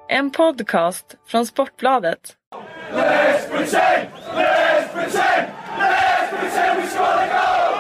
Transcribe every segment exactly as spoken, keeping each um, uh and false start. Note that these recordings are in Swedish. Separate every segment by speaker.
Speaker 1: En podcast från Sportbladet.
Speaker 2: Let's pretend! Let's pretend! Let's pretend we score the goal!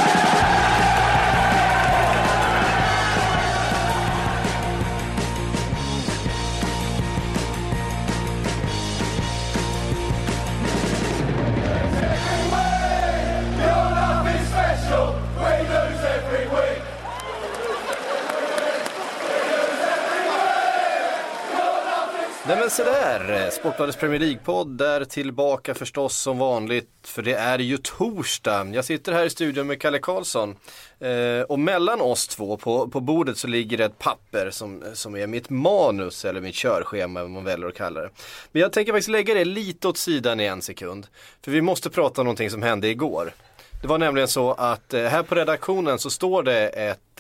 Speaker 3: Nej men så där, Sportbladets Premier League-podd där tillbaka förstås som vanligt, för det är ju torsdag. Jag sitter här i studion med Kalle Karlsson eh, och mellan oss två på, på bordet så ligger det ett papper som, som är mitt manus eller mitt körschema, vad man väljer att kalla det. Men jag tänker faktiskt lägga det lite åt sidan i en sekund, för vi måste prata om någonting som hände igår. Det var nämligen så att eh, här på redaktionen så står det ett,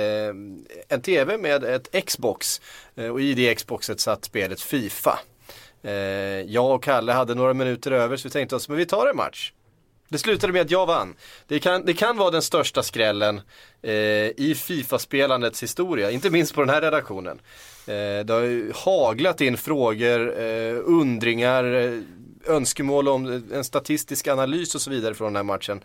Speaker 3: eh, en tv med ett Xbox eh, och i det Xboxet satt spelet FIFA. Eh, jag och Kalle hade några minuter över så vi tänkte oss, men vi tar en match. Det slutade med att jag vann. Det kan, det kan vara den största skrällen eh, i FIFA-spelandets historia, inte minst på den här redaktionen. Eh, det har ju haglat in frågor, eh, undringar, eh, önskemål om en statistisk analys och så vidare från den här matchen.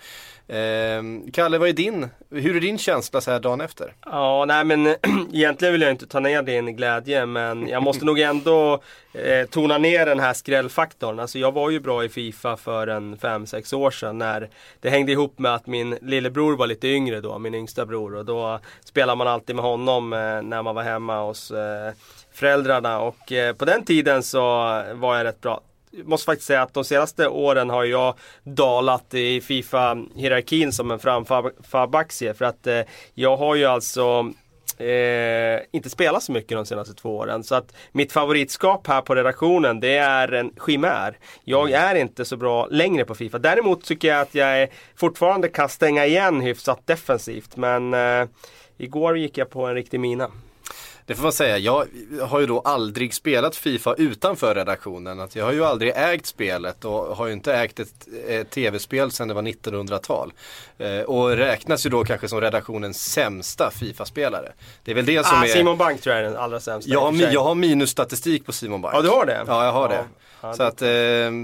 Speaker 3: Eh, Kalle, vad är din, hur är din känsla så här dagen efter?
Speaker 4: Ja, nej men egentligen vill jag inte ta ner din glädje, men jag måste nog ändå eh, tona ner den här skrällfaktorn. Alltså jag var ju bra i FIFA för en fem sex år sedan när det hängde ihop med att min lillebror var lite yngre då, min yngsta bror, och då spelade man alltid med honom eh, när man var hemma hos eh, föräldrarna, och eh, på den tiden så var jag rätt bra. Jag måste faktiskt säga att de senaste åren har jag dalat i FIFA-hierarkin som en framfabaktie, för att eh, jag har ju alltså eh, inte spelat så mycket de senaste två åren, så att mitt favoritskap här på redaktionen, det är en chimär. Jag är inte så bra längre på FIFA. Däremot tycker jag att jag fortfarande kan stänga igen hyfsat defensivt, men eh, igår gick jag på en riktig mina.
Speaker 3: Det får man säga, jag har ju då aldrig spelat FIFA utanför redaktionen. Att jag har ju aldrig ägt spelet och har ju inte ägt ett, ett tv-spel sedan det var nittonhundratal. Eh, och räknas ju då kanske som redaktionens sämsta FIFA-spelare. Det är väl det som
Speaker 4: ah,
Speaker 3: är...
Speaker 4: Simon Bank tror jag är den allra sämsta.
Speaker 3: Jag har, jag har minusstatistik på Simon Bank.
Speaker 4: Ja, du har det?
Speaker 3: Ja, jag har
Speaker 4: ja.
Speaker 3: det.
Speaker 4: Ja,
Speaker 3: Så att eh,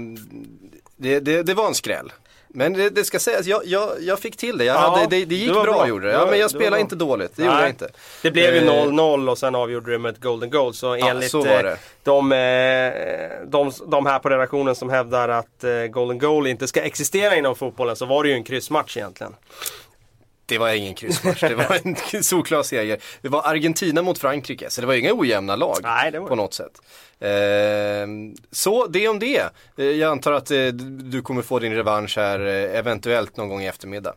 Speaker 3: det, det, det var en skräll. Men det, det ska sägas, jag, jag, jag fick till det. Jag
Speaker 4: ja,
Speaker 3: hade, det, det gick
Speaker 4: bra,
Speaker 3: bra gjorde det. Ja, men jag spelade inte
Speaker 4: bra.
Speaker 3: dåligt, det
Speaker 4: Nej,
Speaker 3: gjorde jag inte.
Speaker 4: Det blev ju noll noll och sen avgjorde det med ett golden goal. Så
Speaker 3: ja,
Speaker 4: enligt
Speaker 3: så var det.
Speaker 4: De, de, de här på redaktionen som hävdar att golden goal inte ska existera inom fotbollen, så var det ju en kryssmatch egentligen.
Speaker 3: Det var ingen kryssmatch, det var en solklar seger. Det var Argentina mot Frankrike, så det var inga ojämna lag. Nej, det var... på något sätt. Eh, så det om det. Eh, jag antar att eh, du kommer få din revansch här eh, eventuellt någon gång i eftermiddag.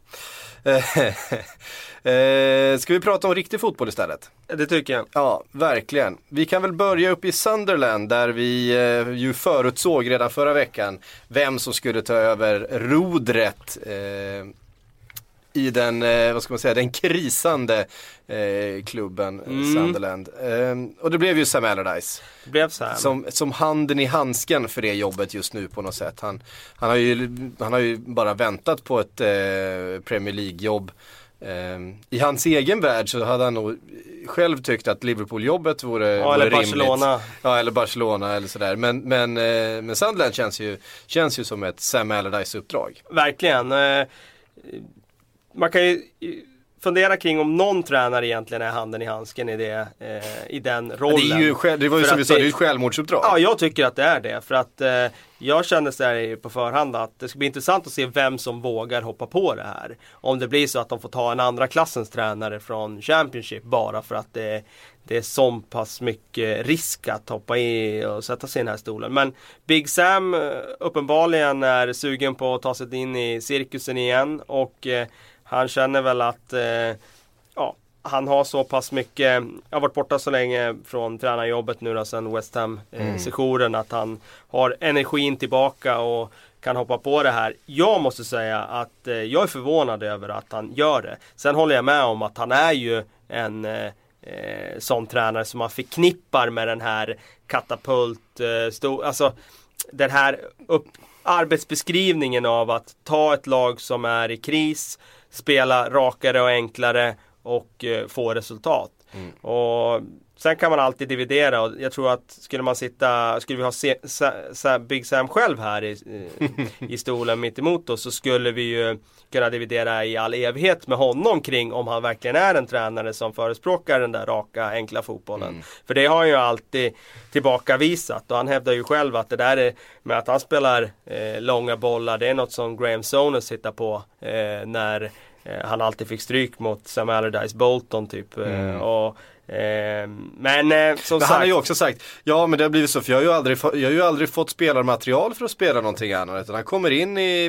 Speaker 3: Eh, ska vi prata om riktig fotboll istället?
Speaker 4: Det tycker jag.
Speaker 3: Ja, verkligen. Vi kan väl börja upp i Sunderland där vi eh, ju förutsåg redan förra veckan vem som skulle ta över rodret eh, i den, eh, vad ska man säga, den krisande eh, klubben mm. Sunderland. Eh, och det blev ju Sam Allardyce.
Speaker 4: Det blev Sam.
Speaker 3: Som, som handen i handsken för det jobbet just nu på något sätt. Han, han, har, ju, han har ju bara väntat på ett eh, Premier League-jobb. Eh, I hans egen värld så hade han nog själv tyckt att Liverpool-jobbet vore,
Speaker 4: ja,
Speaker 3: vore
Speaker 4: eller
Speaker 3: rimligt.
Speaker 4: Barcelona.
Speaker 3: Ja, eller Barcelona eller sådär. Men, men, eh, men Sunderland känns ju, känns ju som ett Sam Allardyce-uppdrag.
Speaker 4: Verkligen. Eh, Man kan ju fundera kring om någon tränare egentligen är handen i handsken i, det, eh, i den rollen.
Speaker 3: Det, är ju, det var ju för som vi sa, det är ju ett självmordsuppdrag.
Speaker 4: Ja, jag tycker att det är det. För att eh, jag kände så här på förhand att det ska bli intressant att se vem som vågar hoppa på det här. Om det blir så att de får ta en andra klassens tränare från Championship bara för att det, det är så pass mycket risk att hoppa i och sätta sig i den här stolen. Men Big Sam uppenbarligen är sugen på att ta sig in i cirkusen igen, och eh, han känner väl att eh, ja, han har så pass mycket, jag har varit borta så länge från tränarjobbet nu då, sen West Ham-sessionen, eh, att han har energin tillbaka och kan hoppa på det här. Jag måste säga att eh, jag är förvånad över att han gör det. Sen håller jag med om att han är ju en eh, eh, sån tränare som man förknippar med den här katapult, eh, stor, alltså den här upp, arbetsbeskrivningen av att ta ett lag som är i kris, spela rakare och enklare och eh, få resultat. Mm. Och sen kan man alltid dividera, och jag tror att skulle man sitta, skulle vi ha se, sa, sa, Big Sam själv här i, i stolen mitt emot oss, så skulle vi ju kunna dividera i all evighet med honom kring om han verkligen är en tränare som förespråkar den där raka, enkla fotbollen. Mm. För det har han ju alltid tillbakavisat, och han hävdar ju själv att det där är med att han spelar eh, långa bollar, det är något som Graham Souness hittar på eh, när eh, han alltid fick stryk mot Sam Allardyce Bolton typ. Mm. Eh, och Eh, men eh, som
Speaker 3: men
Speaker 4: sagt,
Speaker 3: han har ju också sagt, ja men det har blivit så, för jag har ju aldrig, jag har ju aldrig fått spelarmaterial för att spela någonting annat, utan han kommer in i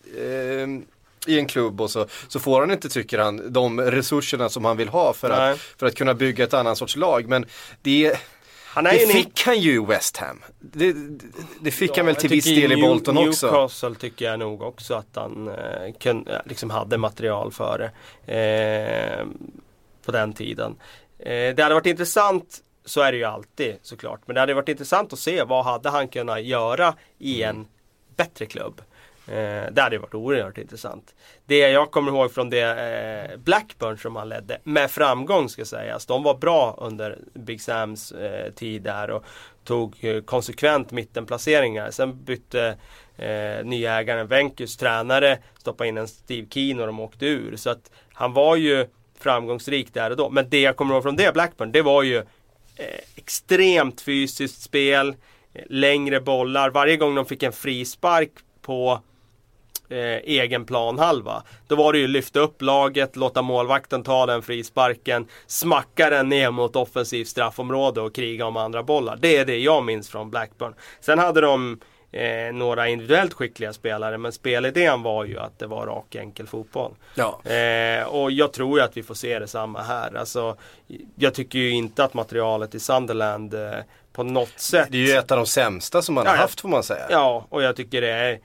Speaker 3: eh, i en klubb och så, så får han inte, tycker han, de resurserna som han vill ha för, att, för att kunna bygga ett annat sorts lag. Men det,
Speaker 4: han är
Speaker 3: det
Speaker 4: ju
Speaker 3: fick han ju i West Ham. Det, det fick
Speaker 4: ja,
Speaker 3: han väl till viss del i Bolton
Speaker 4: New,
Speaker 3: också.
Speaker 4: Newcastle tycker jag nog också att han eh, kunde, liksom hade material för det eh, på den tiden. Eh, det hade varit intressant, så är det ju alltid såklart, men det hade varit intressant att se vad hade han kunnat göra i en bättre klubb. Eh, det hade varit oerhört intressant. Det jag kommer ihåg från det eh, Blackburn som han ledde med framgång ska sägas, de var bra under Big Sams eh, tid där och tog eh, konsekvent mittenplaceringar. Sen bytte eh, nya ägaren Venkus tränare, stoppade in en Steve Keane och de åkte ur. Så att han var ju framgångsrik där och då. Men det jag kommer ihåg från det Blackburn, det var ju eh, extremt fysiskt spel, eh, längre bollar. Varje gång de fick en frispark på eh, egen planhalva, då var det ju lyfta upp laget, låta målvakten ta den frisparken, smacka den ner mot offensivt straffområde och kriga om andra bollar. Det är det jag minns från Blackburn. Sen hade de Eh, några individuellt skickliga spelare, men spelidén var ju att det var rak enkel fotboll.
Speaker 3: Ja.
Speaker 4: Eh, och jag tror ju att vi får se det samma här. Alltså, jag tycker ju inte att materialet i Sunderland eh, på något sätt...
Speaker 3: Det är ju ett av de sämsta som man
Speaker 4: ja,
Speaker 3: har haft, får man säga.
Speaker 4: Ja, och jag tycker det är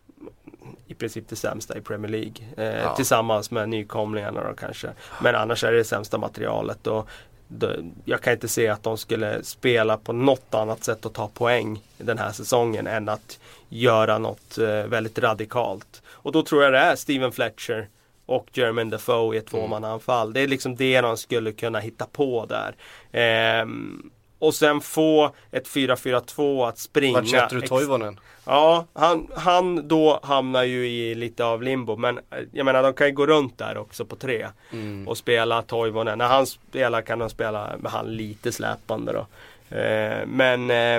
Speaker 4: i princip det sämsta i Premier League. Eh, ja. Tillsammans med nykomlingarna då kanske. Men annars är det det sämsta materialet, och jag kan inte se att de skulle spela på något annat sätt och ta poäng den här säsongen än att göra något eh, väldigt radikalt. Och då tror jag det är Steven Fletcher och Jermaine Defoe i ett tvåmannaanfall. Det är liksom det de skulle kunna hitta på där. Ehm, och sen få ett fyra fyra två att springa.
Speaker 3: Vart sätter du Toivonen?
Speaker 4: Ja, han, han då hamnar ju i lite av limbo. Men jag menar, de kan ju gå runt där också på tre. Mm. Och spela Toivonen. När han spelar kan de spela med han lite släpande då. Eh, men eh,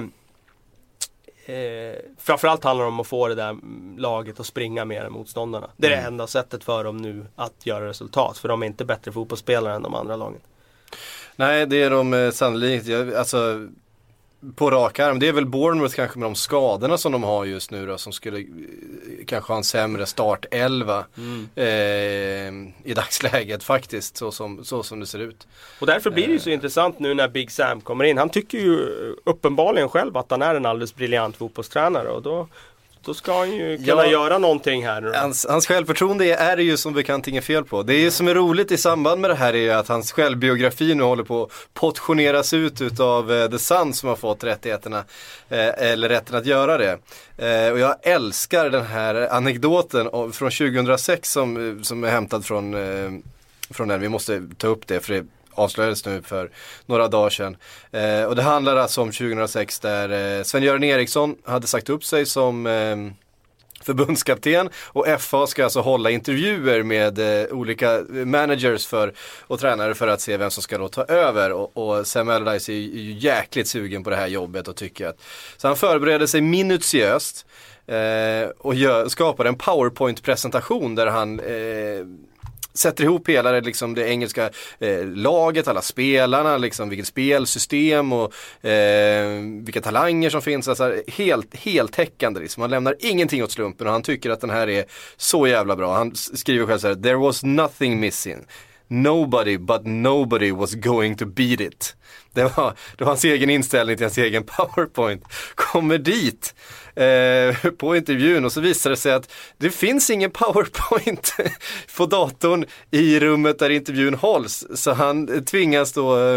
Speaker 4: eh, framförallt handlar det om att få det där laget att springa mer än motståndarna. Det är mm. det enda sättet för dem nu att göra resultat. För de är inte bättre fotbollsspelare än de andra lagen.
Speaker 3: Nej, det är de eh, sannolikt. Jag, alltså... På rak arm, det är väl Bournemouth kanske med de skadorna som de har just nu då, som skulle eh, kanske ha en sämre start elva mm. eh, i dagsläget faktiskt, så som, så som det ser ut.
Speaker 4: Och därför blir det ju så eh. intressant nu när Big Sam kommer in. Han tycker ju uppenbarligen själv att han är en alldeles briljant fotbollstränare, och då Då ska han ju kunna ja, göra någonting här nu.
Speaker 3: Hans, hans självförtroende är det ju som bekant ingen fel på. Det är ju som är roligt i samband med det här är ju att hans självbiografi nu håller på att portioneras ut utav uh, The Sun som har fått rättigheterna, uh, eller rätten att göra det. Uh, och jag älskar den här anekdoten av, från tjugohundrasex som, som är hämtad från, uh, från den. Vi måste ta upp det för det avslöjades nu för några dagar sedan. Eh, och det handlar alltså om tjugohundrasex där eh, Sven-Göran Eriksson hade sagt upp sig som eh, förbundskapten, och F A ska alltså hålla intervjuer med eh, olika managers för, och tränare för att se vem som ska då ta över, och, och Sam Allardyce är ju jäkligt sugen på det här jobbet och tycker att, så han förbereder sig minutiöst eh, och gör, skapar en PowerPoint-presentation där han eh, sätter ihop hela det, liksom det engelska eh, laget, alla spelarna, liksom vilket spelsystem och eh, vilka talanger som finns. Alltså, helt, helt täckande. Liksom. Han lämnar ingenting åt slumpen, och han tycker att den här är så jävla bra. Han skriver själv så här: "There was nothing missing. Nobody but nobody was going to beat it." Det var, det var hans egen inställning till hans egen PowerPoint. Kommer dit eh, på intervjun, och så visar det sig att det finns ingen PowerPoint på datorn i rummet där intervjun hålls. Så han tvingas då eh,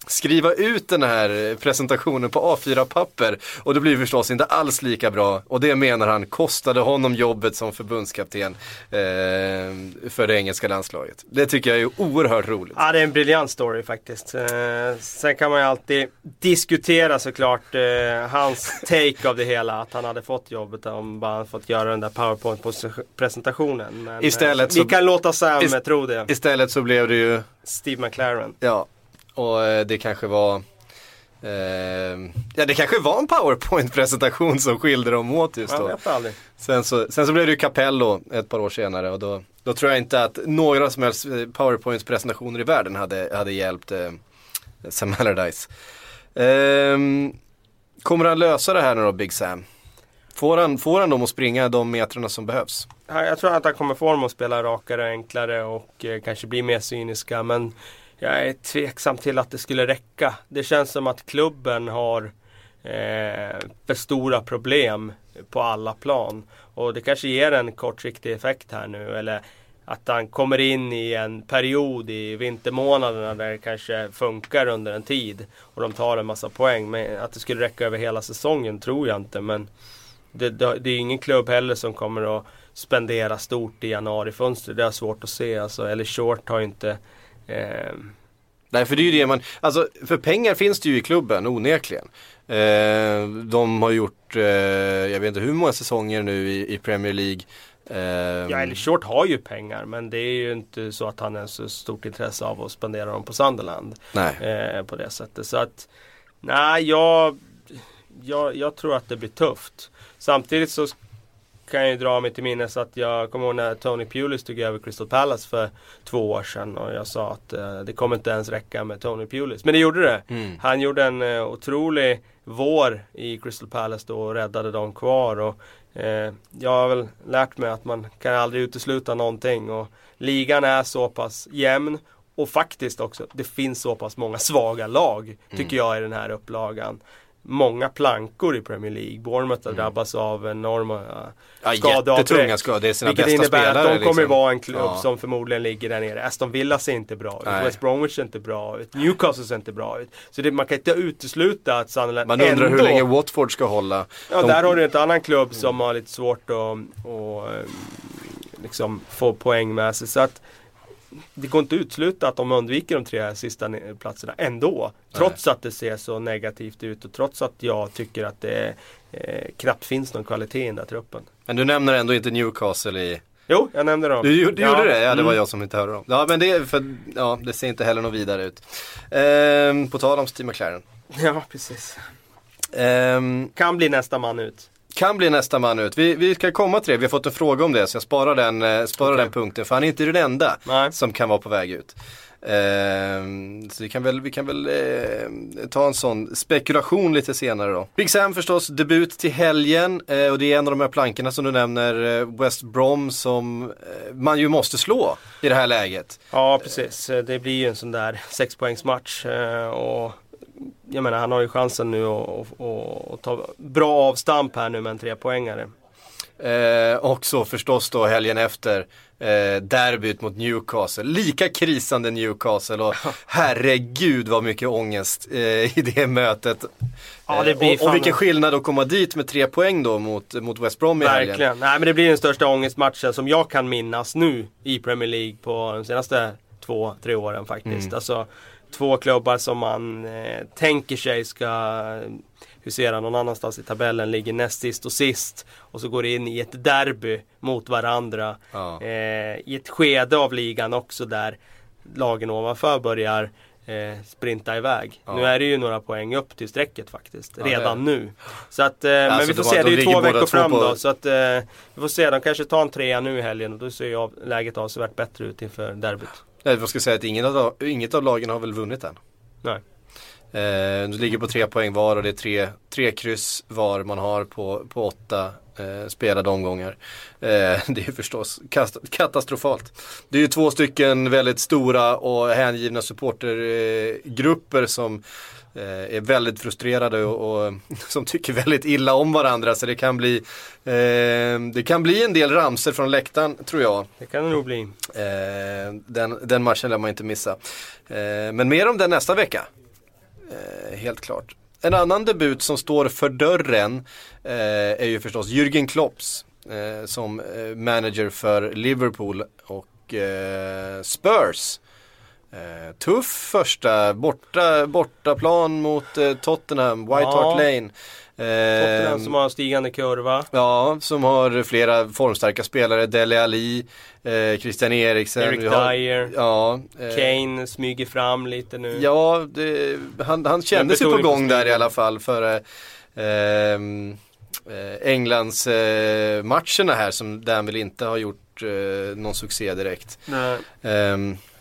Speaker 3: skriva ut den här presentationen på A fyra-papper och det blir förstås inte alls lika bra och det menar han kostade honom jobbet som förbundskapten eh, för det engelska landslaget. Det tycker jag är oerhört roligt.
Speaker 4: Ja, det är en briljant story faktiskt. Eh, sen kan man ju alltid diskutera såklart eh, hans take av det hela, att han hade fått jobbet om bara han fått göra den där PowerPoint-presentationen. Men
Speaker 3: istället
Speaker 4: eh, vi
Speaker 3: så,
Speaker 4: kan låta Sam
Speaker 3: ist-
Speaker 4: tro det.
Speaker 3: Istället så blev det ju
Speaker 4: Steve McLaren.
Speaker 3: Ja. Och eh, det kanske var eh, ja det kanske var en PowerPoint-presentation som skilde dem åt just då.
Speaker 4: Jag vet aldrig.
Speaker 3: Sen så, sen så blev det ju Capello ett par år senare och då, då tror jag inte att några som helst PowerPoint-presentationer i världen hade, hade hjälpt eh, Sam Allardyce. Eh, kommer han lösa det här nu då, Big Sam? Får han, får han dem att springa de metrarna som behövs?
Speaker 4: Jag tror att han kommer få dem att spela rakare, enklare och eh, kanske bli mer cyniska, men jag är tveksam till att det skulle räcka. Det känns som att klubben har eh, för stora problem på alla plan. Och det kanske ger en kortsiktig effekt här nu. Eller att han kommer in i en period i vintermånaderna där det kanske funkar under en tid. Och de tar en massa poäng. Men att det skulle räcka över hela säsongen tror jag inte. Men det, det, det är ingen klubb heller som kommer att spendera stort i januari-fönstret. Det är svårt att se. Alltså, eller Short har inte... Eh...
Speaker 3: Nej, för det är ju det man, alltså för pengar finns det ju i klubben onekligen. Eh, de har gjort, eh, jag vet inte hur många säsonger nu i, i Premier League. Eh,
Speaker 4: ja, eller Short har ju pengar, men det är ju inte så att han har så stort intresse av att spendera dem på Sunderland.
Speaker 3: Nej.
Speaker 4: Eh, på det sättet. Så att, nej, jag, jag, jag tror att det blir tufft. Samtidigt så kan jag ju dra mig till minnes att jag kommer ihåg när Tony Pulis tog över Crystal Palace för två år sedan och jag sa att eh, det kommer inte ens räcka med Tony Pulis. Men det gjorde det.
Speaker 3: Mm.
Speaker 4: Han gjorde en eh, otrolig vår i Crystal Palace då och räddade dem kvar och eh, jag har väl lärt mig att man kan aldrig utesluta någonting och ligan är så pass jämn och faktiskt också det finns så pass många svaga lag tycker mm. jag i den här upplagan. Många plankor i Premier League. Bournemouth har mm. drabbats av enorma
Speaker 3: ja,
Speaker 4: skador.
Speaker 3: Jättetunga skador. Det är sina
Speaker 4: vilket
Speaker 3: bästa
Speaker 4: innebär
Speaker 3: spelare.
Speaker 4: Att de kommer
Speaker 3: liksom.
Speaker 4: vara en klubb
Speaker 3: ja.
Speaker 4: som förmodligen ligger där nere. Aston Villa ser inte bra ut.
Speaker 3: Nej.
Speaker 4: West Bromwich ser inte bra ut. Newcastle ser inte bra ut. Så det, man kan inte utesluta att Sunderland
Speaker 3: man undrar
Speaker 4: ändå,
Speaker 3: hur länge Watford ska hålla.
Speaker 4: Ja,
Speaker 3: de...
Speaker 4: där har du en annan klubb som har lite svårt att och, liksom, få poäng med sig. Så att det går inte att utesluta att de undviker de tre sista platserna ändå. Trots Nej. Att det ser så negativt ut och trots att jag tycker att det eh, knappt finns någon kvalitet i den där truppen.
Speaker 3: Men du nämner ändå inte Newcastle i...
Speaker 4: Jo, jag nämnde dem.
Speaker 3: Du, du
Speaker 4: ja.
Speaker 3: gjorde det? Ja, det
Speaker 4: mm.
Speaker 3: var jag som inte hörde dem. Ja, men det, för, ja, det ser inte heller något vidare ut. Ehm, på tal om Steve McLaren.
Speaker 4: Ja, precis.
Speaker 3: Ehm,
Speaker 4: kan bli nästa man ut.
Speaker 3: Kan bli nästa man ut. Vi, vi ska komma till det. Vi har fått en fråga om det så jag sparar den, eh, sparar okay. den punkten. För han är inte den enda Nej. Som kan vara på väg ut. Ehm, så vi kan väl, vi kan väl eh, ta en sån spekulation lite senare då. Big Sam förstås, debut till helgen. Eh, och det är en av de här plankorna som du nämner, eh, West Brom, som eh, man ju måste slå i det här läget.
Speaker 4: Ja, precis. Det blir ju en sån där sexpoängsmatch. Eh, och jag menar, han har ju chansen nu att, att, att ta bra avstamp här nu med en trepoängare.
Speaker 3: Eh, också förstås då helgen efter eh, derbyt mot Newcastle. Lika krisande Newcastle och herregud vad mycket ångest eh, i det mötet.
Speaker 4: Ja, det blir
Speaker 3: eh, och, och vilken skillnad att komma dit med tre poäng då mot, mot West Brom i helgen.
Speaker 4: Verkligen. Nej, men det blir den största ångestmatchen som jag kan minnas nu i Premier League på de senaste två, tre åren faktiskt. Mm. Alltså två klubbar som man eh, tänker sig ska husera någon annanstans i tabellen, ligger näst sist och sist och så går det in i ett derby mot varandra
Speaker 3: ja.
Speaker 4: eh, i ett skede av ligan också där lagen ovanför börjar eh, sprinta iväg. Ja. Nu är det ju några poäng upp till strecket faktiskt, ja, redan nu. Så att, eh, alltså, men vi får se, det är ju två veckor fram på... då, så att eh, vi får se, de kanske tar en trea nu i helgen och då ser ju läget avsevärt bättre ut inför derbyt.
Speaker 3: Jag ska säga att ingen av, inget av lagen har väl vunnit än.
Speaker 4: Nej.
Speaker 3: Eh, det ligger på tre poäng var och det är tre, tre kryss var man har på, på åtta eh, spelade omgångar. Eh, det är förstås kast- katastrofalt. Det är ju två stycken väldigt stora och hängivna supportergrupper eh, som eh, är väldigt frustrerade och, och som tycker väldigt illa om varandra. Så det kan bli eh, det kan bli en del ramser från läktaren, tror jag.
Speaker 4: Det kan det nog bli.
Speaker 3: Eh, den, den matchen lär man inte missa. Eh, men mer om den nästa vecka. eh, helt klart. En annan debut som står för dörren eh, är ju förstås Jürgen Klopps eh, som eh, manager för Liverpool och eh, Spurs. Eh, tuff första borta, bortaplan mot eh, Tottenham, White
Speaker 4: Ja.
Speaker 3: Hart Lane. Eh,
Speaker 4: Tottenham som har stigande kurva.
Speaker 3: Ja, som har flera formstarka spelare, Dele Alli, eh, Christian Eriksen.
Speaker 4: Eric
Speaker 3: vi har,
Speaker 4: Dyer.
Speaker 3: Ja, eh,
Speaker 4: Kane smyger fram lite nu.
Speaker 3: Ja, det, han, han kände sig på
Speaker 4: betoning på
Speaker 3: gång där
Speaker 4: smygen.
Speaker 3: i alla fall för eh, eh, Englands eh, matcherna här som där han väl inte har gjort eh, någon succé direkt.
Speaker 4: Nej.
Speaker 3: Eh,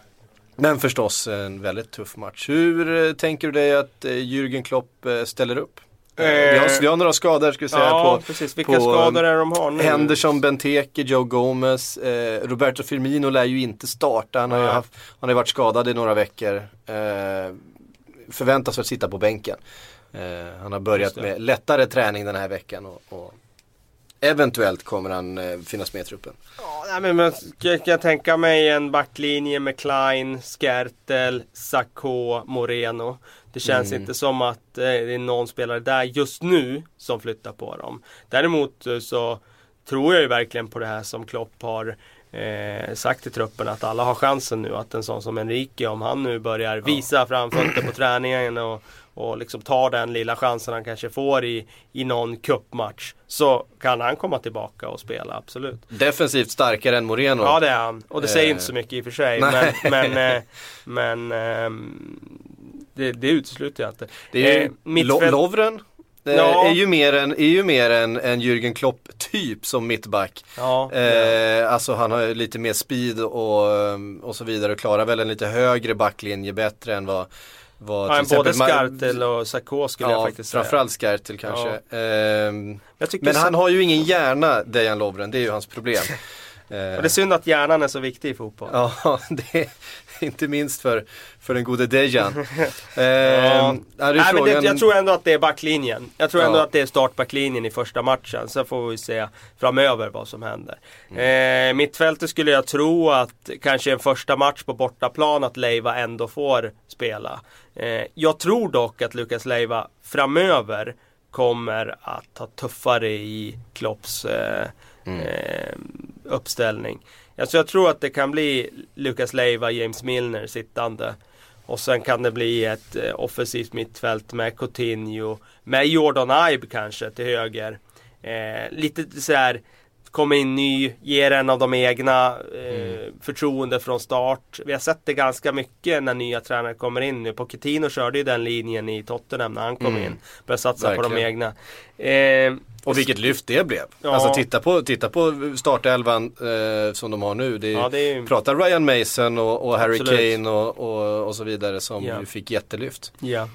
Speaker 3: men förstås en väldigt tuff match. Hur eh, tänker du dig att eh, Jürgen Klopp eh, ställer upp? Eh, vi, har, vi har några skador ska vi säga
Speaker 4: Ja,
Speaker 3: på,
Speaker 4: precis. Vilka
Speaker 3: på,
Speaker 4: skador är de har nu?
Speaker 3: Henderson, Benteke, Joe Gomez, eh, Roberto Firmino lär ju inte starta. Han har ju
Speaker 4: Nej.
Speaker 3: haft, han har ju varit skadad i några veckor. Eh, förväntas att sitta på bänken. Eh, han har börjat med lättare träning den här veckan och, och eventuellt kommer han eh, finnas med i truppen.
Speaker 4: Ja, nej, men, men jag kan tänka mig en backlinje med Klein, Skertel, Sakho, Moreno. Det känns
Speaker 3: Mm.
Speaker 4: inte som att eh, det är någon spelare där just nu som flyttar på dem. Däremot eh, så tror jag ju verkligen på det här som Klopp har eh, sagt till truppen, att alla har chansen nu. Att en sån som Enrique, om han nu börjar visa framfötter på träningen och, och liksom tar den lilla chansen han kanske får i, i någon cupmatch, så kan han komma tillbaka och spela, absolut.
Speaker 3: Defensivt starkare än Moreno.
Speaker 4: Ja, det är han. Och det säger
Speaker 3: Eh,
Speaker 4: inte så mycket i och för sig.
Speaker 3: nej.
Speaker 4: Men, men, eh, men ehm, det, det utesluter jag inte.
Speaker 3: Det är ju
Speaker 4: Eh, mittfält-
Speaker 3: Lo- Lovren. Eh,
Speaker 4: Ja.
Speaker 3: är ju mer en, är ju mer en, en Jürgen Klopp typ som mittback.
Speaker 4: Ja,
Speaker 3: Eh, alltså han har ju lite mer speed och, och så vidare och klarar väl en lite högre backlinje bättre än vad, vad
Speaker 4: ja,
Speaker 3: till
Speaker 4: både
Speaker 3: exempel Ma-
Speaker 4: Skartel och Sakho skulle
Speaker 3: ja,
Speaker 4: jag faktiskt säga.
Speaker 3: framförallt Skartel kanske. Ehm,
Speaker 4: Jag tycker
Speaker 3: men
Speaker 4: så-
Speaker 3: han har ju ingen hjärna, Dejan Lovren, det är ju hans problem. Eh,
Speaker 4: Och det är synd att hjärnan är så viktig i fotboll.
Speaker 3: Ja, det är inte minst för, för den gode Dejan. Eh,
Speaker 4: Ja.
Speaker 3: är det
Speaker 4: Nej, men det,
Speaker 3: frågan-
Speaker 4: jag tror ändå att det är backlinjen. Jag tror ändå
Speaker 3: Ja.
Speaker 4: att det är startbacklinjen i första matchen. Sen får vi se framöver vad som händer.
Speaker 3: Mm.
Speaker 4: Eh, mittfältet skulle jag tro att kanske en första match på bortaplan att Leiva ändå får spela. Eh, jag tror dock att Lucas Leiva framöver kommer att ha tuffare i Klopps eh,
Speaker 3: Mm.
Speaker 4: eh, uppställning. Alltså jag tror att det kan bli Lucas Leiva, James Milner sittande. Och sen kan det bli ett eh, offensivt mittfält med Coutinho, med Jordan Ibe kanske till höger. Eh, lite så här, kommer in ny, ger en av de egna eh,
Speaker 3: Mm.
Speaker 4: förtroende från start. Vi har sett det ganska mycket när nya tränare kommer in nu. Pochettino körde ju den linjen i Tottenham när han kom
Speaker 3: Mm.
Speaker 4: in. Började satsa på de
Speaker 3: Verkligen.
Speaker 4: egna. Eh,
Speaker 3: Och vilket lyft det blev.
Speaker 4: Ja.
Speaker 3: Alltså titta på, titta på startelvan eh, som de har nu. Det är,
Speaker 4: Ja, det är ju-
Speaker 3: pratar Ryan Mason och, och Harry
Speaker 4: Absolut.
Speaker 3: Kane och, och, och så vidare som
Speaker 4: Ja.
Speaker 3: ju fick jättelyft.
Speaker 4: Ja.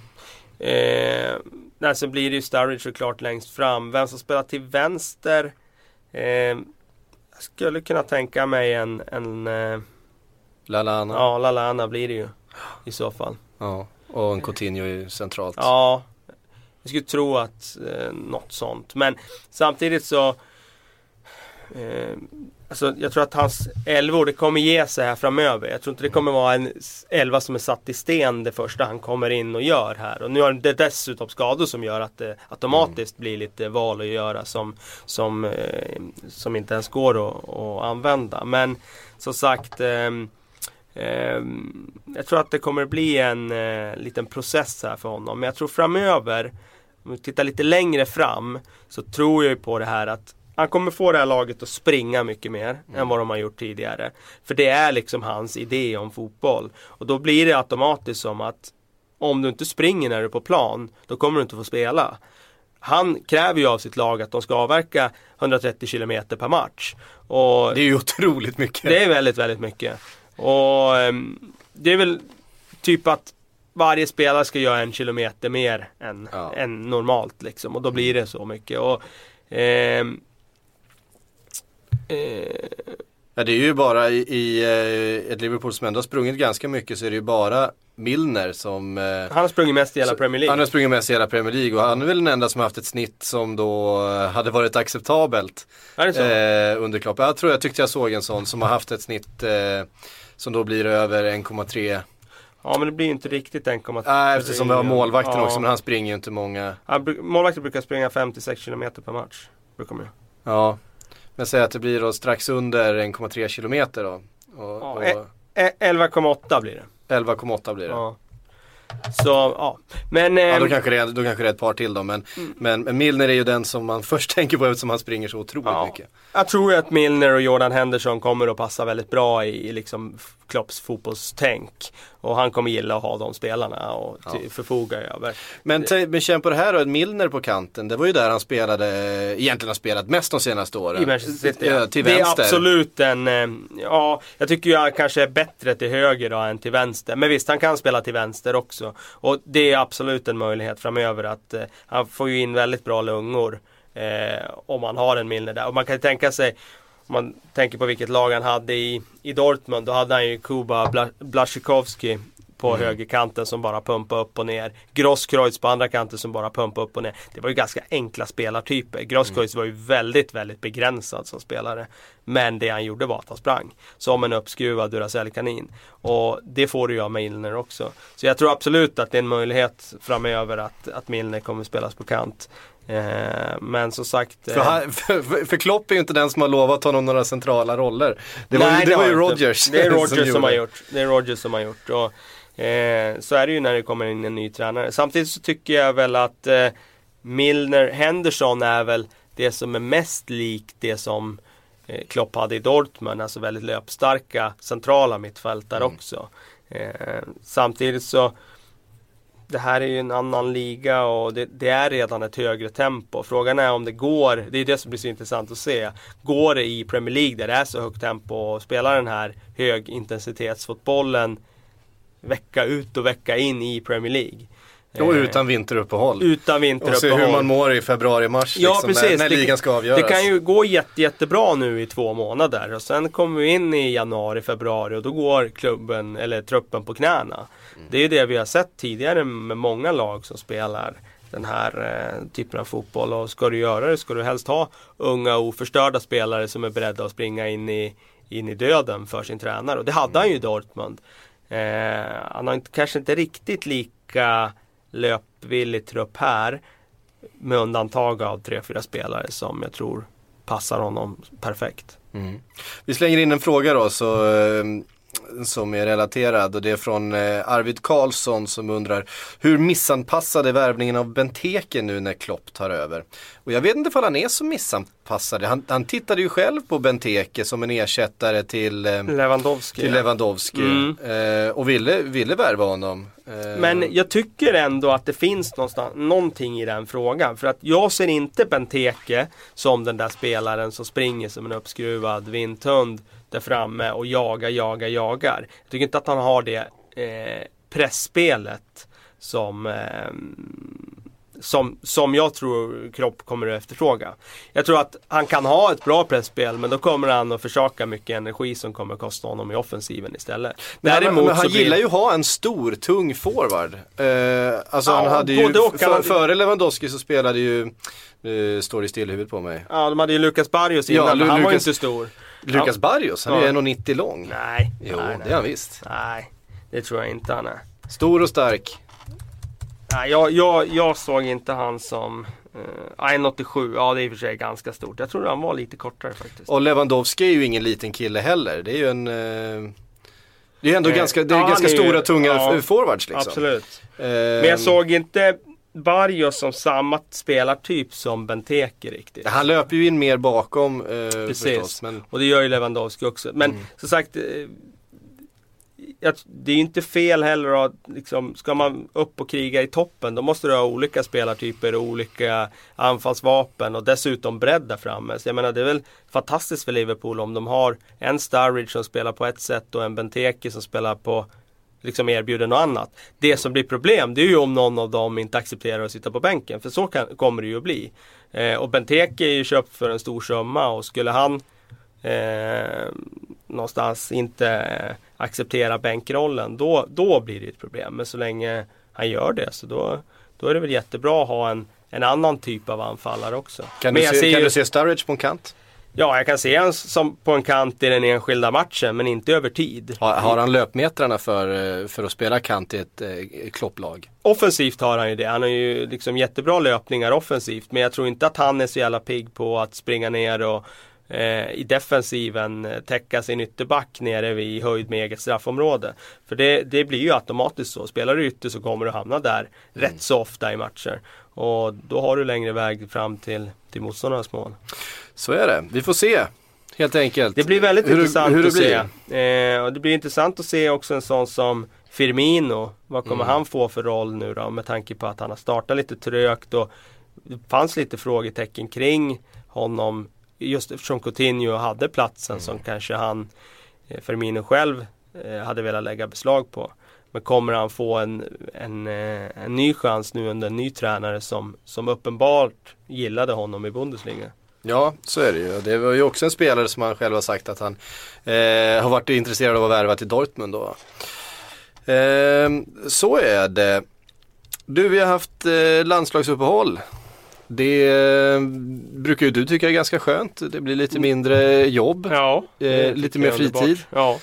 Speaker 4: Eh, nej, så blir det ju Sturridge såklart längst fram. Vem som spelar till vänster? Eh, jag skulle kunna tänka mig en, en eh,
Speaker 3: Lallana.
Speaker 4: ja, Lallana blir det ju i så fall.
Speaker 3: Ja. Och en Coutinho är centralt.
Speaker 4: Ja, jag skulle tro att eh, något sånt. Men samtidigt så eh, alltså, jag tror att hans elvor, det kommer ge sig här framöver. Jag tror inte det kommer vara en s- elva som är satt i sten det första han kommer in och gör här. Och nu har det dessutom skador som gör att det automatiskt blir lite val att göra som, som, eh, som inte ens går att, att använda. Men som sagt, eh, eh, jag tror att det kommer bli en eh, liten process här för honom. Men jag tror framöver, om vi tittar lite längre fram, så tror jag ju på det här att han kommer få det här laget att springa mycket mer mm. än vad de har gjort tidigare. För det är liksom hans idé om fotboll. Och då blir det automatiskt som att om du inte springer när du är på plan, då kommer du inte få spela. Han kräver ju av sitt lag att de ska avverka hundratrettio kilometer per match. Och
Speaker 3: Det är ju otroligt mycket.
Speaker 4: det är väldigt, väldigt mycket. Och um, det är väl typ att varje spelare ska göra en kilometer mer än,
Speaker 3: Ja.
Speaker 4: än normalt liksom. Och då blir det så mycket. Och ehm, eh,
Speaker 3: Ja, det är ju bara i, i eh, ett Liverpool som ändå har sprungit ganska mycket, så är det ju bara Milner som... Eh,
Speaker 4: han har sprungit mest i hela
Speaker 3: så-
Speaker 4: Premier League.
Speaker 3: Han har sprungit mest i hela Premier League och han är väl den enda som har haft ett snitt som då eh, hade varit acceptabelt
Speaker 4: Är det så?
Speaker 3: eh, under Klopp. Jag tror jag tyckte jag såg en sån som har haft ett snitt eh, som då blir över en komma tre
Speaker 4: Ja, men det blir ju inte riktigt en komma tre.
Speaker 3: Nej, eftersom vi har målvakten
Speaker 4: ja.
Speaker 3: också, men han springer ju inte många.
Speaker 4: Ja, målvakten brukar springa fem till sex kilometer per match. Brukar man ju.
Speaker 3: Ja, men säg att det blir då strax under en komma tre kilometer då. Och,
Speaker 4: Ja,
Speaker 3: och
Speaker 4: e- e- elva komma åtta blir det.
Speaker 3: elva komma åtta blir det.
Speaker 4: Ja. Så, ja. Men,
Speaker 3: Ja,
Speaker 4: ehm,
Speaker 3: då kanske, det är, då kanske det är ett par till då. Men,
Speaker 4: Mm.
Speaker 3: men, men Milner är ju den som man först tänker på eftersom han springer så otroligt
Speaker 4: Ja.
Speaker 3: mycket.
Speaker 4: Jag tror att Milner och Jordan Henderson kommer att passa väldigt bra i, i liksom Klopps fotbollstänk. Och han kommer gilla att ha de spelarna och
Speaker 3: Ja.
Speaker 4: till, förfoga över.
Speaker 3: Men, t- men känn på det här då, Milner på kanten. Det var ju där han spelade, egentligen har spelat mest de senaste åren.
Speaker 4: I Manchester City.
Speaker 3: Ja, till
Speaker 4: det
Speaker 3: vänster.
Speaker 4: är absolut en, eh, ja, jag tycker ju han kanske är bättre till höger då än till vänster. Men visst, han kan spela till vänster också. Och det är absolut en möjlighet framöver att eh, han får ju in väldigt bra lungor eh, om man har en Milner där. Och man kan tänka sig, om man tänker på vilket lag han hade i, i Dortmund, då hade han ju Kuba Bla- Blaszczykowski på
Speaker 3: Mm.
Speaker 4: högerkanten som bara pumpade upp och ner. Grosskreutz på andra kanten som bara pumpade upp och ner. Det var ju ganska enkla spelartyper. Grosskreutz var ju väldigt, väldigt begränsad som spelare. Men det han gjorde var att han sprang. Som en uppskruvad Duracell-kanin. Och det får du ju av Milner också. Så jag tror absolut att det är en möjlighet framöver att, att Milner kommer spelas på kant. Eh, men som sagt...
Speaker 3: För, han, för, för, för Klopp är ju inte den som har lovat honom några centrala roller. Det var,
Speaker 4: Nej,
Speaker 3: ju, det
Speaker 4: det
Speaker 3: var
Speaker 4: har
Speaker 3: ju
Speaker 4: inte.
Speaker 3: Rodgers.
Speaker 4: Det är Rodgers som,
Speaker 3: gjorde.
Speaker 4: har gjort. Det är Rodgers som har gjort. Och, eh, så är det ju när det kommer in en ny tränare. Samtidigt så tycker jag väl att eh, Milner Henderson är väl det som är mest likt det som eh, Klopp hade i Dortmund. Alltså väldigt löpstarka centrala mittfältare
Speaker 3: Mm.
Speaker 4: också. Eh, samtidigt så det här är ju en annan liga och det, det är redan ett högre tempo. Frågan är om det går, det är det som blir så intressant att se. Går det i Premier League där det är så högt tempo och spelar den här högintensitetsfotbollen vecka ut och vecka in i Premier League.
Speaker 3: Och
Speaker 4: Eh,
Speaker 3: utan vinteruppehåll.
Speaker 4: utan
Speaker 3: Och se
Speaker 4: vinteruppehåll.
Speaker 3: hur man mår i februari-mars
Speaker 4: Ja,
Speaker 3: liksom,
Speaker 4: precis.
Speaker 3: när, när
Speaker 4: Det-
Speaker 3: ligan ska avgöras.
Speaker 4: Det kan ju gå jätte, jättebra nu i två månader och sen kommer vi in i januari, februari och då går klubben eller truppen på knäna.
Speaker 3: Mm.
Speaker 4: Det är ju det vi har sett tidigare med många lag som spelar den här eh, typen av fotboll. Och ska du göra det ska du helst ha unga oförstörda spelare som är beredda att springa in i, in i döden för sin tränare. Och det hade han ju i Dortmund. Eh, han har inte, kanske inte riktigt lika löpvillig trupp här. Med undantag av tre, fyra spelare som jag tror passar honom perfekt.
Speaker 3: Mm. Vi slänger in en fråga då så, eh, som är relaterad och det är från eh, Arvid Karlsson som undrar hur missanpassad är värvningen av Benteke nu när Klopp tar över? Och jag vet inte ifall han är så missanpassad. Han, han tittade ju själv på Benteke som en ersättare till, eh,
Speaker 4: Lewandowski.
Speaker 3: till Lewandowski
Speaker 4: Mm.
Speaker 3: eh, och ville, ville värva honom. Eh,
Speaker 4: Men jag tycker ändå att det finns någonstans, någonting i den frågan. För att jag ser inte Benteke som den där spelaren som springer som en uppskruvad vindhund där framme och jagar, jagar, jagar. Jag tycker inte att han har det eh, pressspelet som, eh, som, som jag tror Klopp kommer att efterfråga. Jag tror att han kan ha ett bra pressspel men då kommer han att försaka mycket energi som kommer att kosta honom i offensiven istället.
Speaker 3: Men han,
Speaker 4: Däremot
Speaker 3: men han
Speaker 4: så blir-
Speaker 3: gillar ju att ha en stor, tung forward. Eh, alltså
Speaker 4: Ja,
Speaker 3: han hade ju,
Speaker 4: både och.
Speaker 3: för,
Speaker 4: Han-
Speaker 3: före Lewandowski så spelade ju, eh, står det still i huvudet på mig,
Speaker 4: Ja, de hade ju Lucas Barrios
Speaker 3: Ja,
Speaker 4: innan, men
Speaker 3: Lu-
Speaker 4: han var ju
Speaker 3: Lucas-
Speaker 4: inte stor.
Speaker 3: Lukas
Speaker 4: Ja.
Speaker 3: Barrios, han är ju
Speaker 4: Ja.
Speaker 3: en komma nittio lång.
Speaker 4: Nej,
Speaker 3: Jo,
Speaker 4: nej,
Speaker 3: det är han visst.
Speaker 4: nej, det tror jag inte han är.
Speaker 3: Stor och stark.
Speaker 4: Nej, jag, jag, jag såg inte han som uh, en komma åttiosju, ja det är i och för sig ganska stort. Jag tror han var lite kortare faktiskt.
Speaker 3: Och Lewandowski är ju ingen liten kille heller. Det är ju en... Eh, det är ändå
Speaker 4: Eh,
Speaker 3: ganska, det är
Speaker 4: ja, han
Speaker 3: ganska
Speaker 4: är ju-
Speaker 3: stora, tunga
Speaker 4: ja,
Speaker 3: f- forwards liksom.
Speaker 4: Absolut.
Speaker 3: Eh,
Speaker 4: Men jag såg inte Barrios som samma spelartyp som Benteke riktigt.
Speaker 3: Han löper ju in mer bakom eh,
Speaker 4: Precis.
Speaker 3: förstås. Men,
Speaker 4: Och det gör ju Lewandowski också. Men
Speaker 3: Mm.
Speaker 4: som sagt, eh, jag, det är ju inte fel heller att liksom, ska man upp och kriga i toppen då måste du ha olika spelartyper och olika anfallsvapen och dessutom bredd där framme. Så jag menar det är väl fantastiskt för Liverpool om de har en Sturridge som spelar på ett sätt och en Benteke som spelar på liksom erbjuder något annat. Det som blir problem det är ju om någon av dem inte accepterar att sitta på bänken för så kan, kommer det ju att bli. Eh, och Benteke är ju köpt för en stor summa och skulle han eh, någonstans inte eh, acceptera bänkrollen då, då blir det ett problem. Men så länge han gör det så då, då är det väl jättebra att ha en, en annan typ av anfallare också.
Speaker 3: kan
Speaker 4: Men
Speaker 3: du,
Speaker 4: jag
Speaker 3: se,
Speaker 4: ser
Speaker 3: kan
Speaker 4: ju-
Speaker 3: du se Sturridge på en kant?
Speaker 4: Ja, jag kan se han som på en kant i den enskilda matchen, men inte över tid.
Speaker 3: Har, har han löpmetrarna för, för att spela kant i ett eh, Klopplag?
Speaker 4: Offensivt har han ju det. Han har ju liksom jättebra löpningar offensivt, men jag tror inte att han är så jävla pigg på att springa ner och eh, i defensiven eh, täcka sin ytterback nere vid höjd med eget straffområde. För det, det blir ju automatiskt så. Spelar du ytter så kommer du hamna där mm. rätt så ofta i matcher. Och då har du längre väg fram till, till motståndarnas mål.
Speaker 3: Så är det. Vi får se, helt enkelt.
Speaker 4: Det blir väldigt
Speaker 3: hur,
Speaker 4: intressant
Speaker 3: hur det
Speaker 4: att
Speaker 3: blir.
Speaker 4: se. Eh, och det blir intressant att se också en sån som Firmino. Vad kommer mm. han få för roll nu då? Med tanke på att han har startat lite trögt och det fanns lite frågetecken kring honom. Just eftersom Coutinho hade platsen mm. som kanske han, eh, Firmino själv, eh, hade velat lägga beslag på. Men kommer han få en, en, en ny chans nu under en ny tränare som, som uppenbart gillade honom i Bundesliga?
Speaker 3: Ja, så är det ju. Det var ju också en spelare som han själv har sagt att han eh, har varit intresserad av att värva till Dortmund då. Eh, så är det. Du, vi har haft eh, landslagsuppehåll. Det eh, brukar ju du tycka är ganska skönt. Det blir lite mindre jobb.
Speaker 4: Ja,
Speaker 3: eh, lite mer fritid.
Speaker 4: Ja.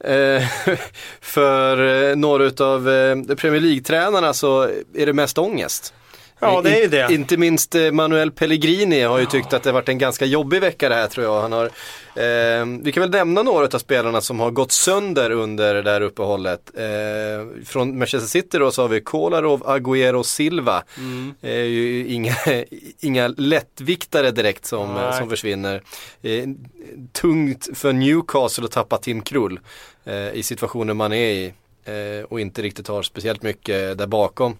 Speaker 3: För några utav Premier League-tränarna så är det mest ångest.
Speaker 4: Ja, det är ju det.
Speaker 3: Inte minst Manuel Pellegrini har ju tyckt att det har varit en ganska jobbig vecka det här, tror jag. Han har, eh, vi kan väl nämna några av spelarna som har gått sönder under det här uppehållet. Eh, från Manchester City då så har vi Kolarov, Agüero, Silva. Mm. Eh, ju inga, inga lättviktare direkt som, som försvinner. Eh, tungt för Newcastle att tappa Tim Krul eh, i situationen man är i. Eh, och inte riktigt har speciellt mycket där bakom.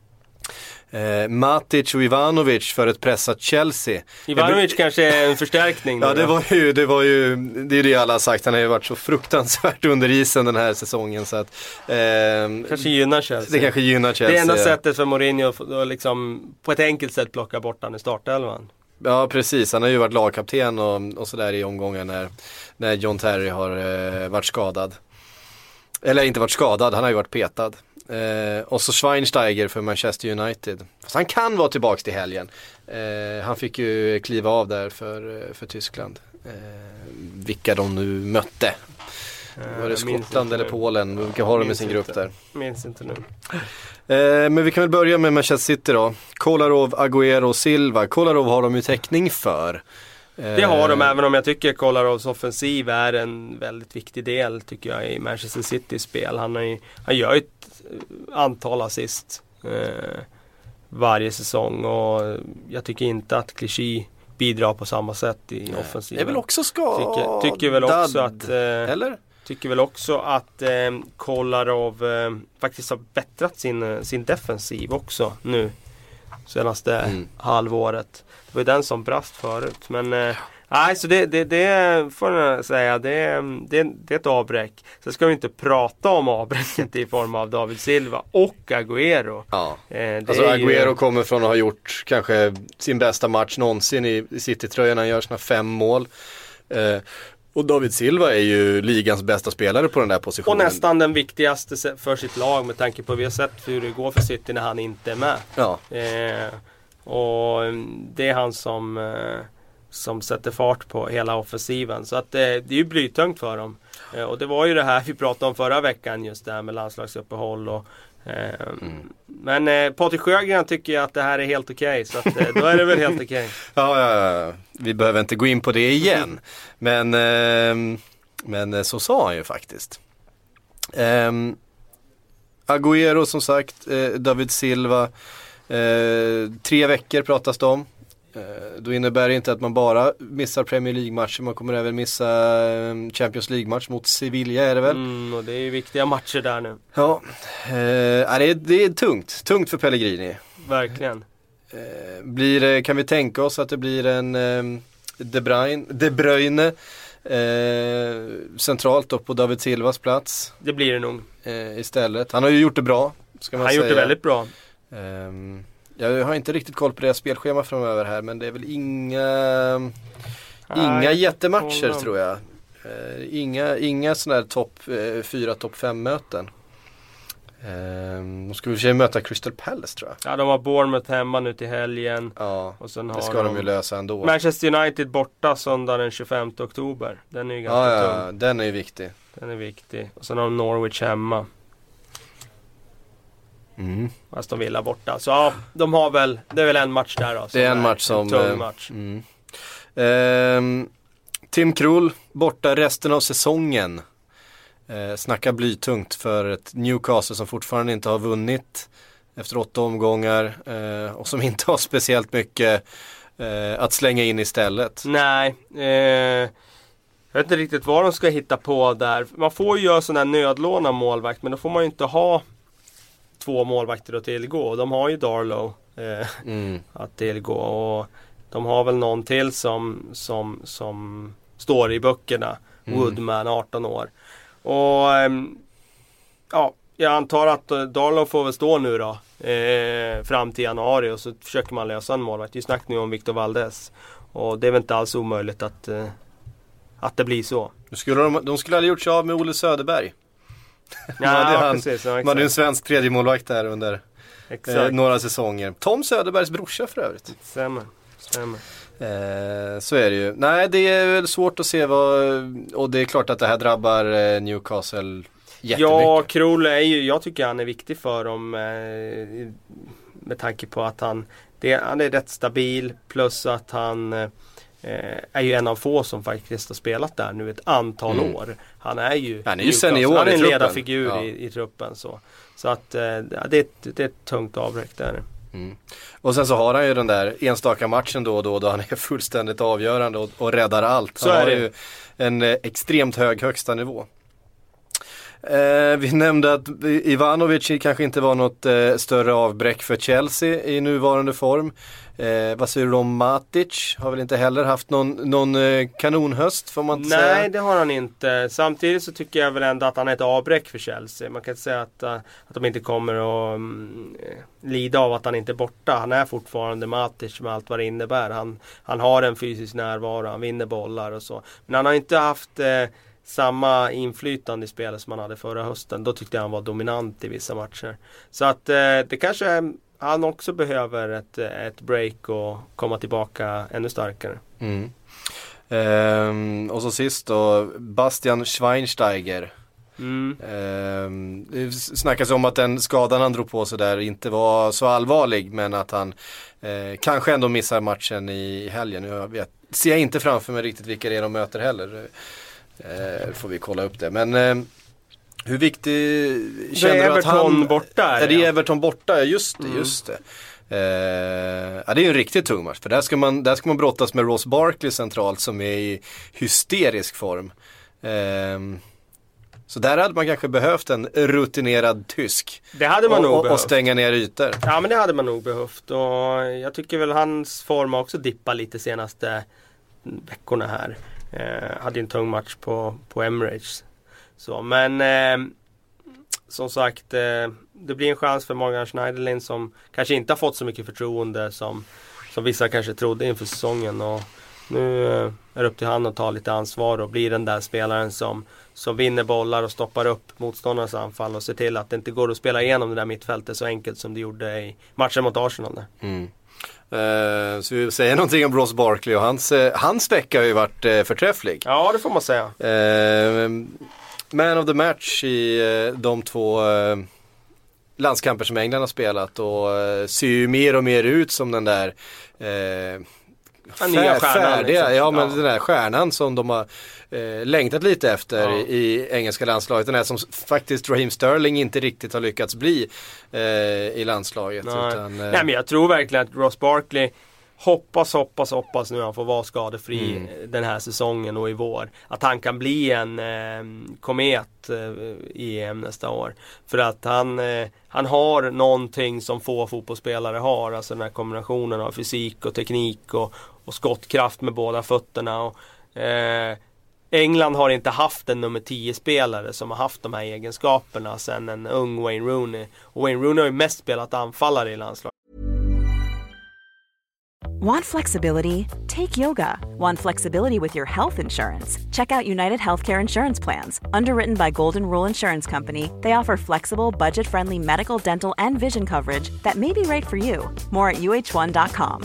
Speaker 3: Eh, Matic och Ivanovic för ett pressat Chelsea.
Speaker 4: Ivanovic kanske är en förstärkning.
Speaker 3: Ja, det var ju det var ju det är det alla har sagt. Han har ju varit så fruktansvärt under isen den här säsongen så att eh,
Speaker 4: kanske gynnar Chelsea.
Speaker 3: Det kanske gynnar Chelsea.
Speaker 4: Det är enda sättet för Mourinho att liksom på ett enkelt sätt plocka bort han i startelvan.
Speaker 3: Ja, precis. Han har ju varit lagkapten och, och sådär i omgången när, när John Terry har eh, varit skadad. Eller inte varit skadad, han har ju varit petad. Eh, och så Schweinsteiger för Manchester United. Fast han kan vara tillbaka till helgen. Eh, han fick ju kliva av där för, för Tyskland. Eh, vilka de nu mötte. Eh, Var det Skottland eller Polen? Vilka har de i sin grupp
Speaker 4: inte.
Speaker 3: där?
Speaker 4: Minns inte nu.
Speaker 3: Eh, men vi kan väl börja med Manchester City då. Kolarov, Agüero och Silva. Kolarov har de ju täckning för.
Speaker 4: Det har de, även om jag tycker Kolarovs offensiv är en väldigt viktig del tycker jag i Manchester Citys spel. Han, är, han gör ett antal assist eh, varje säsong och jag tycker inte att Clichy bidrar på samma sätt i Nej. offensiven.
Speaker 3: Det är väl också skadad?
Speaker 4: Tycker, tycker väl också att eh,
Speaker 3: Eller?
Speaker 4: Tycker väl också att eh, Kolarov eh, faktiskt har bättrat sin, sin defensiv också nu senaste mm. halvåret. Det var ju den som brast förut. Men eh, nej, så det, det, det får jag säga, det, det, det är ett avbräck. Så ska vi inte prata om avbräcket i form av David Silva och Agüero.
Speaker 3: Ja.
Speaker 4: Eh,
Speaker 3: alltså Agüero ju... kommer från att ha gjort kanske sin bästa match någonsin i, i City-tröjan. Han gör sina fem mål. Eh, och David Silva är ju ligans bästa spelare på den där positionen.
Speaker 4: Och nästan den viktigaste för sitt lag med tanke på att vi har sett hur det går för City när han inte är med.
Speaker 3: Ja.
Speaker 4: Eh, och det är han som, eh, som sätter fart på hela offensiven. Så att, eh, det är ju blytungt för dem. Eh, och det var ju det här vi pratade om förra veckan, just det här med landslagsuppehåll. Och, eh, mm. Men eh, Patrik Sjögren tycker att det här är helt okej. Okay, så att, eh, då är det väl helt okej. Okay.
Speaker 3: ja, ja, ja, vi behöver inte gå in på det igen. Men, eh, men så sa han ju faktiskt. Eh, Agüero som sagt, eh, David Silva. Eh, tre veckor pratas det om. Eh, då innebär det inte att man bara missar Premier League-matcher. Man kommer även missa eh, Champions League-match mot Sevilla är det väl?
Speaker 4: Mm, och det är ju viktiga matcher där nu.
Speaker 3: Ja, eh, det, är, det är tungt. Tungt för Pellegrini.
Speaker 4: Verkligen.
Speaker 3: Eh, blir det, kan vi tänka oss att det blir en eh, De Bruyne, De Bruyne eh, centralt då på David Silvas plats?
Speaker 4: Det blir det nog.
Speaker 3: Eh, istället. Han har ju gjort det bra. Ska man
Speaker 4: Han har gjort det väldigt bra.
Speaker 3: Um, jag har inte riktigt koll på deras spelschema framöver här, men det är väl inga Nej, inga jättematcher honom. tror jag. Uh, inga inga sådana här topp uh, fyra, topp fem möten. Ehm, de ska vi för sig möta Crystal Palace tror jag.
Speaker 4: Ja, de har Bournemouth hemma nu till helgen.
Speaker 3: Ja,
Speaker 4: och sen
Speaker 3: det
Speaker 4: har
Speaker 3: ska de,
Speaker 4: de
Speaker 3: ju lösa ändå.
Speaker 4: Manchester United borta söndag den tjugofemte oktober. Den är ju ganska
Speaker 3: ja,
Speaker 4: tung.
Speaker 3: ja, den är ju viktig.
Speaker 4: Den är viktig. Och sen har de Norwich hemma.
Speaker 3: Mm.
Speaker 4: Fast de vill ha borta. Så ja, de har väl, det är väl en match där då.
Speaker 3: Det är en match som...
Speaker 4: En tung
Speaker 3: eh,
Speaker 4: match.
Speaker 3: Mm. Ehm, Tim Krul borta resten av säsongen. Eh, snackar blytungt för ett Newcastle som fortfarande inte har vunnit efter åtta omgångar eh, och som inte har speciellt mycket eh, att slänga in istället.
Speaker 4: Nej, eh, jag vet inte riktigt vad de ska hitta på där. Man får ju göra sån här nödlån av målvakt, men då får man ju inte ha två målvakter att tillgå. De har ju Darlow eh,
Speaker 3: Mm.
Speaker 4: att tillgå, och de har väl någon till som, som, som står i böckerna.
Speaker 3: Mm.
Speaker 4: Woodman, arton år. Och ehm, ja, jag antar att Darlow får väl stå nu då eh, fram till januari, och så försöker man lösa en målvakt. Vi snackar nu om Victor Valdez, och det är väl inte alls omöjligt att, eh, att det blir så.
Speaker 3: Skulle de, de skulle ha gjort sig av med Olle Söderberg.
Speaker 4: Ja,
Speaker 3: man hade, han,
Speaker 4: precis, ja,
Speaker 3: man hade en svensk tredje målvakt där under eh, några säsonger. Tom Söderbergs brorsa för övrigt.
Speaker 4: Stämmer, stämmer.
Speaker 3: Eh, så är det ju. Nej, det är väl svårt att se vad, och det är klart att det här drabbar eh, Newcastle jättemycket.
Speaker 4: Ja, Krul är ju, jag tycker han är viktig för dem eh, med tanke på att han, det, han är rätt stabil, plus att han eh, är ju en av få som faktiskt har spelat där nu ett antal mm. år. Han är ju,
Speaker 3: han är ju senior,
Speaker 4: han är en
Speaker 3: i truppen.
Speaker 4: ledarfigur ja. i, i truppen. Så, så att eh, det, är ett, det är ett tungt avbräck där.
Speaker 3: Mm. Och sen så har han ju den där enstaka matchen då och då då han är fullständigt avgörande och, och räddar allt.
Speaker 4: Så
Speaker 3: han
Speaker 4: är
Speaker 3: har
Speaker 4: det.
Speaker 3: ju en eh, extremt hög högsta nivå. Eh, vi nämnde att Ivanovic kanske inte var något eh, större avbräck för Chelsea i nuvarande form. Eh, vad säger du om Matic? Har väl inte heller haft någon, någon eh, kanonhöst, får man inte
Speaker 4: Nej,
Speaker 3: säga.
Speaker 4: Nej, det har han inte. Samtidigt så tycker jag väl ändå att han är ett avbräck för Chelsea. Man kan inte säga att, uh, att de inte kommer att um, lida av att han inte är borta. Han är fortfarande Matic med allt vad det innebär. Han, han har en fysisk närvaro, han vinner bollar och så. Men han har inte haft uh, samma inflytande i spelet som han hade förra hösten. Då tyckte jag han var dominant i vissa matcher. Så att uh, det kanske är, han också behöver ett, ett break och komma tillbaka ännu starkare.
Speaker 3: Mm. Ehm, och så sist då, Bastian Schweinsteiger.
Speaker 4: Mm.
Speaker 3: Ehm, det snackas om att den skadan han drog på sig där inte var så allvarlig, men att han eh, kanske ändå missar matchen i helgen. Jag vet, ser jag inte framför mig riktigt vilka det är de möter heller. Eh, får vi kolla upp det. Men eh, hur viktig känner
Speaker 4: det är
Speaker 3: du att han...
Speaker 4: Everton borta?
Speaker 3: Är det
Speaker 4: ja.
Speaker 3: Everton borta? Just det,
Speaker 4: Mm.
Speaker 3: just det. Eh, ja, det är ju en riktigt tung match, för där ska man, där ska man brottas med Ross Barkley centralt som är i hysterisk form. Eh, så där hade man kanske behövt en rutinerad tysk.
Speaker 4: Det hade man
Speaker 3: och,
Speaker 4: nog
Speaker 3: och, och
Speaker 4: behövt.
Speaker 3: stänga ner ytor.
Speaker 4: Ja, men det hade man nog behövt, och jag tycker väl hans form har också dippat lite senaste veckorna här. Eh, hade en tung match på, på Emirates. Så, men eh, som sagt, eh, det blir en chans för Morgan Schneiderlin som kanske inte har fått så mycket förtroende som, som vissa kanske trodde inför säsongen, och nu eh, är det upp till han att ta lite ansvar och bli den där spelaren som, som vinner bollar och stoppar upp motståndarnas anfall och ser till att det inte går att spela igenom det där mittfältet så enkelt som det gjorde i matchen mot Arsenal där.
Speaker 3: Mm. Uh, så vi säger någonting om Ross Barkley och hans, uh, hans vecka har ju varit uh, förträfflig.
Speaker 4: Ja, det får man säga.
Speaker 3: Uh, man of the match i uh, de två uh, landskamper som England har spelat, och uh, ser ju mer och mer ut som den där uh,
Speaker 4: Den nya stjärnan,
Speaker 3: färdiga,
Speaker 4: liksom.
Speaker 3: ja men
Speaker 4: Ja.
Speaker 3: den där stjärnan som de har eh, längtat lite efter
Speaker 4: Ja.
Speaker 3: i, i engelska landslaget. Den här som faktiskt Raheem Sterling inte riktigt har lyckats bli eh, i landslaget.
Speaker 4: Nej.
Speaker 3: Utan, eh,
Speaker 4: Nej, men jag tror verkligen att Ross Barkley hoppas, hoppas, hoppas nu han får vara skadefri
Speaker 3: Mm.
Speaker 4: den här säsongen och i vår. Att han kan bli en eh, komet eh, i E M nästa år. För att han, eh, han har någonting som få fotbollsspelare har. Alltså den här kombinationen av fysik och teknik och, och skottkraft med båda fötterna. Och, eh, England har inte haft en nummer tio-spelare som har haft de här egenskaperna sedan en ung Wayne Rooney. Och Wayne Rooney har ju mest spelat anfallare i landslaget.
Speaker 5: Want flexibility? Take yoga. Want flexibility with your health insurance? Check out United Healthcare Insurance Plans. Underwritten by Golden Rule Insurance Company, they offer flexible, budget-friendly medical, dental, and vision coverage that may be right for you. More at u h one dot com.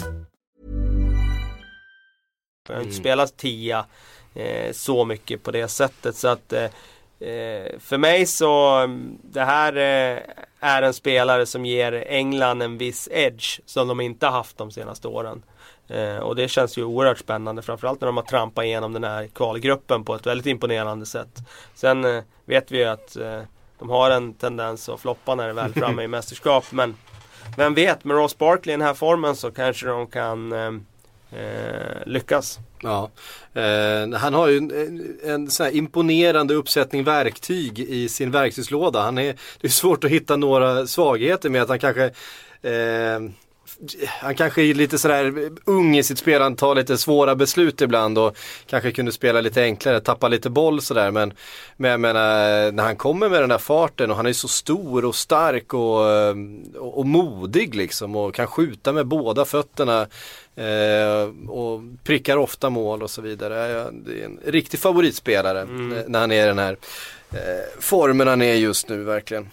Speaker 4: Mm. Spelas tia eh, så mycket på det sättet, så att eh, för mig så det här eh, är en spelare som ger England en viss edge som de inte haft de senaste åren. Eh, och det känns ju oerhört spännande, framförallt när de har trampat igenom den här kvalgruppen på ett väldigt imponerande sätt. Sen eh, vet vi ju att eh, de har en tendens att floppa när det är väl framme i mästerskap, men vem vet, med Ross Barkley i den här formen så kanske de kan eh, eh, lyckas.
Speaker 3: Ja, eh, han har ju en, en sån här imponerande uppsättning verktyg i sin verktygslåda. Han är, det är svårt att hitta några svagheter med att han kanske eh, han kanske är lite sådär ung i sitt spelande, tar lite svåra beslut ibland och kanske kunde spela lite enklare, tappa lite boll sådär, men, men jag menar, när han kommer med den där farten och han är så stor och stark och, och, och modig liksom och kan skjuta med båda fötterna eh, och prickar ofta mål och så vidare. Det är en riktig favoritspelare mm. när han är i den här eh, formen han är just nu verkligen.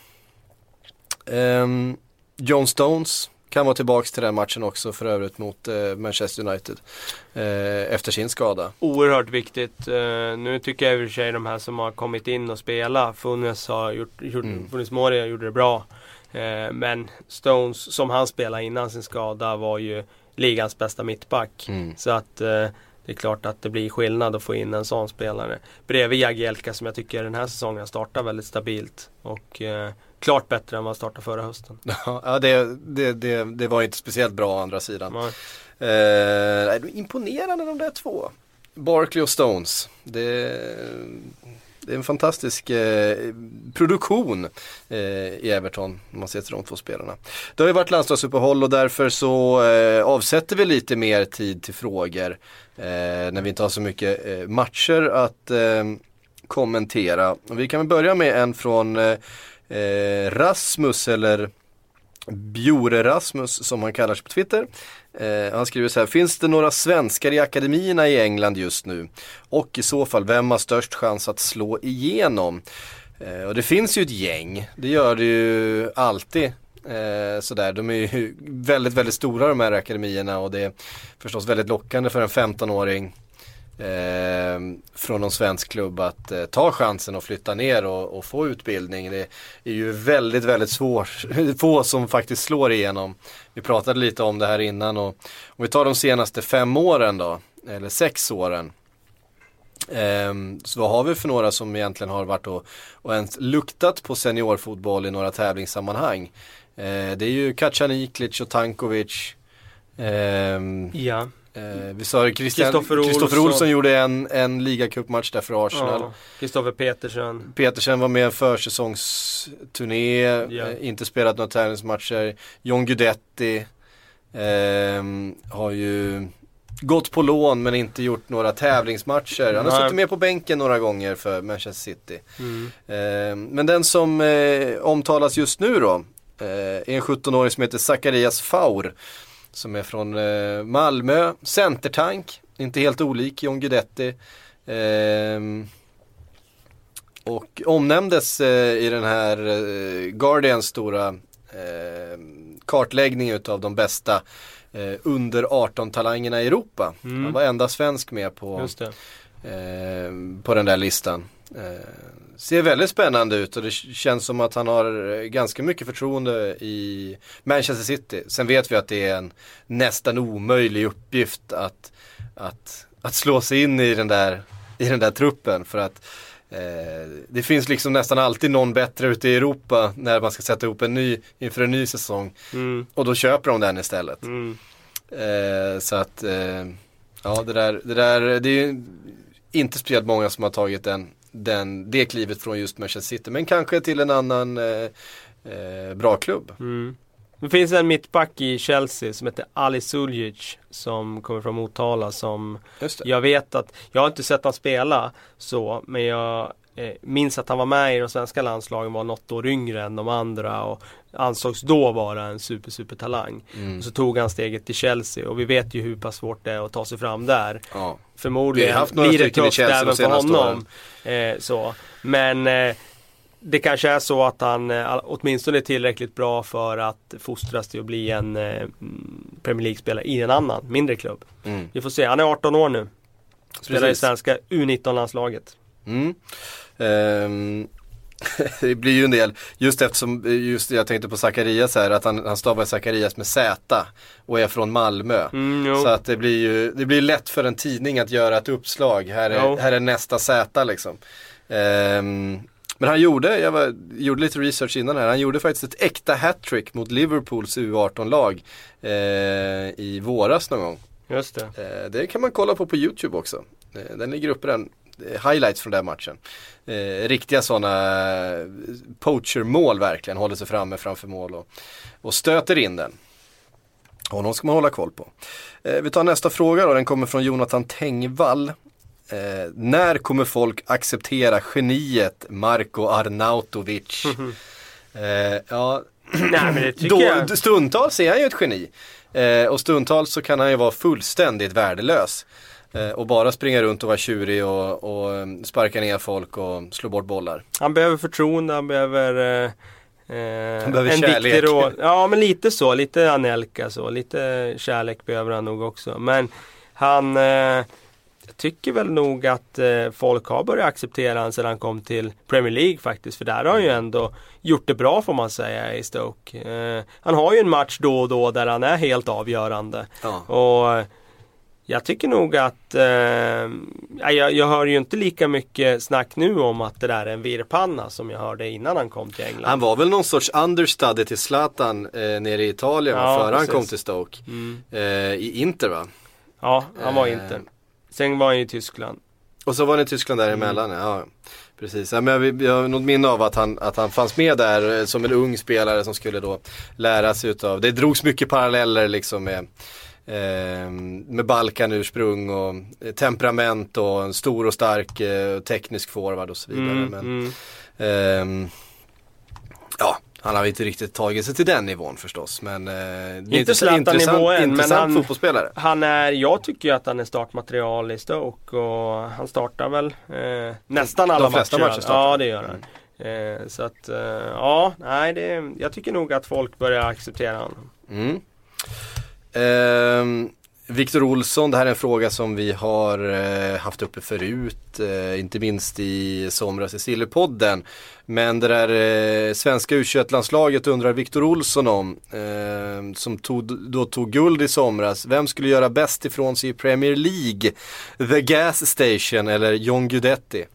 Speaker 3: Eh, John Stones kan vara tillbaka till den matchen också för övrigt mot eh, Manchester United eh, efter sin skada.
Speaker 4: Oerhört viktigt. Uh, nu tycker jag i och för sig de här som har kommit in och spela, Funes har gjort, gjort mm. Funes Mori gjorde det bra. Uh, men Stones, som han spelade innan sin skada, var ju ligans bästa mittback. Mm. Så att uh, det är klart att det blir skillnad att få in en sån spelare. Bredvid Jagielka som jag tycker den här säsongen startar väldigt stabilt och uh, klart bättre än vad startade förra hösten.
Speaker 3: Ja, det, det, det, det var inte speciellt bra å andra sidan. Eh, imponerande de där två. Barkley och Stones. Det, det är en fantastisk eh, produktion eh, i Everton om man ser till de två spelarna. Det har ju varit landslagsuppehåll och därför så eh, avsätter vi lite mer tid till frågor eh, när vi inte har så mycket eh, matcher att eh, kommentera. Och vi kan väl börja med en från eh, Eh, Rasmus eller Bjure Rasmus som han kallar sig på Twitter. Eh, han skriver så här: finns det några svenskar i akademierna i England just nu? Och i så fall, vem har störst chans att slå igenom? Eh, och det finns ju ett gäng, det gör det ju alltid. Eh, sådär. De är ju väldigt, väldigt stora de här akademierna och det är förstås väldigt lockande för en femton-åring Eh, från någon svensk klubb att eh, ta chansen och flytta ner och, och få utbildning. Det är ju väldigt, väldigt svårt, få som faktiskt slår igenom. Vi pratade lite om det här innan och om vi tar de senaste fem åren då, eller sex åren, eh, så vad har vi för några som egentligen har varit och, och ens luktat på seniorfotboll i några tävlingssammanhang? Eh, det är ju Kacaniklic och Tankovic. Eh,
Speaker 4: ja.
Speaker 3: Eh, vi sa Kristoffer Olsson. Olsson gjorde en, en ligacupmatch där för Arsenal.
Speaker 4: Kristoffer ja. Petersen.
Speaker 3: Petersen var med i en försäsongsturné, ja. eh, inte spelat några tävlingsmatcher. John Guidetti eh, har ju gått på lån men inte gjort några tävlingsmatcher. Han har Nej. suttit med på bänken några gånger för Manchester City. Mm. Eh, men den som eh, omtalas just nu då eh, är en sjutton-åring som heter Zacharias Faur, som är från eh, Malmö. Centertank, inte helt olik John Guidetti. Eh, och omnämndes eh, i den här eh, Guardians stora eh, kartläggning utav de bästa eh, under arton-talangerna i Europa. Mm. Han var enda svensk med på,
Speaker 4: Just det.
Speaker 3: Eh, på den där listan. Eh, ser väldigt spännande ut och det känns som att han har ganska mycket förtroende i Manchester City. Sen vet vi att det är en nästan omöjlig uppgift att, att, att slå sig in i den där, i den där truppen, för att eh, det finns liksom nästan alltid någon bättre ute i Europa när man ska sätta ihop en ny inför en ny säsong. Mm. Och då köper de den istället. Mm. Eh, så att eh, ja, det där, det där det är ju inte speciellt många som har tagit den Den, det klivet från just Manchester City, men kanske till en annan eh, eh, bra klubb.
Speaker 4: Mm. Det finns en mittback i Chelsea som heter Ali Suljic som kommer från Motala, som jag vet att, jag har inte sett han spela så, men jag eh, minns att han var med i de svenska landslagen, var något år yngre än de andra och ansågs då vara en super super talang. Mm. Och så tog han steget till Chelsea och vi vet ju hur pass svårt det är att ta sig fram där.
Speaker 3: Ja.
Speaker 4: Förmodligen blir det tufft även för honom. Eh, så. Men eh, det kanske är så att han eh, åtminstone är tillräckligt bra för att fostras till att bli en eh, Premier League-spelare i en annan, mindre klubb. Mm. Vi får se, han är arton år nu. Spelar Precis. i svenska U nitton-landslaget.
Speaker 3: Mm. Um, det blir ju en del, just eftersom just jag tänkte på Zacharias här, att han, han stavar Zacharias med Z och är från Malmö. Mm, så att det blir ju det blir lätt för en tidning att göra ett uppslag. Här är, här är nästa Z liksom. Um, men han gjorde, jag var, gjorde lite research innan här, han gjorde faktiskt ett äkta hattrick mot Liverpools U arton-lag eh, i våras någon gång.
Speaker 4: Just det.
Speaker 3: Eh, det kan man kolla på på YouTube också. Eh, den ligger uppe den. Highlights från den matchen. Eh, riktiga sådana poacher-mål verkligen. Håller sig framme framför mål och, och stöter in den. Och någon ska man hålla koll på. Eh, vi tar nästa fråga då. Den kommer från Jonathan Tengvall. Eh, när kommer folk acceptera geniet Marko Arnautovic? Mm-hmm. Eh, ja,
Speaker 4: Nej, men det tycker
Speaker 3: då,
Speaker 4: jag...
Speaker 3: Stundtals är han ju ett geni. Eh, och stundtals så kan han ju vara fullständigt värdelös. Och bara springa runt och vara tjurig och, och sparka ner folk och slå bort bollar.
Speaker 4: Han behöver förtroende, han behöver, eh,
Speaker 3: han behöver en kärlek. Viktig råd.
Speaker 4: Ja, men lite så, lite Anelka så, lite kärlek behöver han nog också. Men han eh, tycker väl nog att eh, folk har börjat acceptera han sedan han kom till Premier League faktiskt. För där har han ju ändå gjort det bra får man säga i Stoke. Eh, han har ju en match då och då där han är helt avgörande. Ja. Och jag tycker nog att eh, jag, jag hör ju inte lika mycket snack nu om att det där är en virpanna som jag hörde innan han kom till England.
Speaker 3: Han var väl någon sorts understudy till Zlatan eh, nere i Italien ja, före han kom till Stoke. Mm. Eh, I Inter va?
Speaker 4: Ja, han var eh. Inter. Sen var han i Tyskland.
Speaker 3: Och så var han i Tyskland däremellan, mm. ja. Precis, ja, men jag, jag har något minne av att han, att han fanns med där som en ung spelare som skulle då lära sig utav. Det drogs mycket paralleller liksom med Eh, med Balkan-ursprung och eh, temperament och en stor och stark eh, teknisk forward och så vidare. Mm, men mm. Eh, ja, han har inte riktigt tagit sig till den nivån förstås. Men eh, det är inte
Speaker 4: intressant,
Speaker 3: intressant,
Speaker 4: nivån,
Speaker 3: intressant
Speaker 4: men han,
Speaker 3: fotbollsspelare.
Speaker 4: Han är, jag tycker ju att han är startmaterial i Stoke och han startar väl eh, nästan alla
Speaker 3: De flesta
Speaker 4: matcher.
Speaker 3: matcher startar.
Speaker 4: Ja, det gör han. Mm. Eh, så att, eh, ja, nej, det, jag tycker nog att folk börjar acceptera honom.
Speaker 3: Mm. Eh, Victor Olsson, det här är en fråga som vi har eh, haft uppe förut, eh, inte minst i somras i Sillypodden. Men det där eh, svenska U tjugoett-landslaget undrar Victor Olsson om, eh, som tog, då tog guld i somras. Vem skulle göra bäst ifrån sig i Premier League? The Gas Station eller John Guidetti?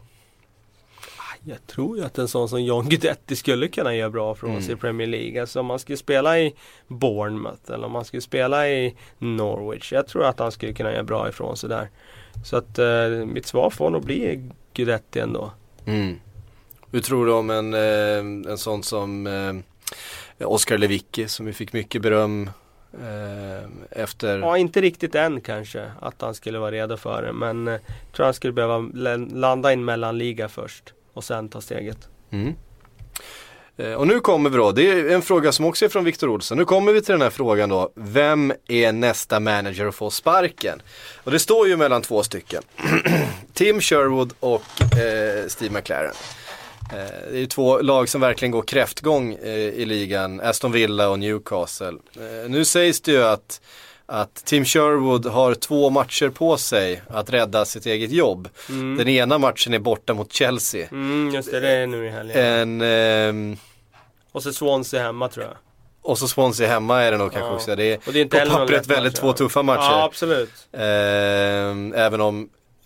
Speaker 4: Jag tror ju att en sån som John Guidetti skulle kunna göra bra från mm. sig i Premier League. Alltså om man skulle spela i Bournemouth eller om man skulle spela i Norwich. Jag tror att han skulle kunna göra bra ifrån sig där. Så att eh, mitt svar får nog bli Guidetti ändå.
Speaker 3: Mm. Hur tror du om en, eh, en sån som eh, Oskar Lewicki som vi fick mycket beröm eh, efter?
Speaker 4: Ja, inte riktigt än kanske att han skulle vara redo för det. Men eh, jag tror han skulle behöva landa i en mellanliga först. Och sen ta steget.
Speaker 3: Mm. Eh, och nu kommer vi då, det är en fråga som också är från Victor Olsson. Nu kommer vi till den här frågan då. Vem är nästa manager att få sparken? Och det står ju mellan två stycken. Tim Sherwood och eh, Steve McLaren. Eh, det är ju två lag som verkligen går kräftgång eh, i ligan. Aston Villa och Newcastle. Eh, nu sägs det ju att att Tim Sherwood har två matcher på sig att rädda sitt eget jobb. Mm. Den ena matchen är borta mot Chelsea.
Speaker 4: Mm, just det, det är nu i helgen.
Speaker 3: En, ehm,
Speaker 4: och så Swansea hemma tror jag.
Speaker 3: Och så Swansea hemma är det nog kanske ja. också. Det är,
Speaker 4: och det är inte
Speaker 3: på pappret väldigt två tuffa matcher.
Speaker 4: Ja, absolut.
Speaker 3: Ehm, även om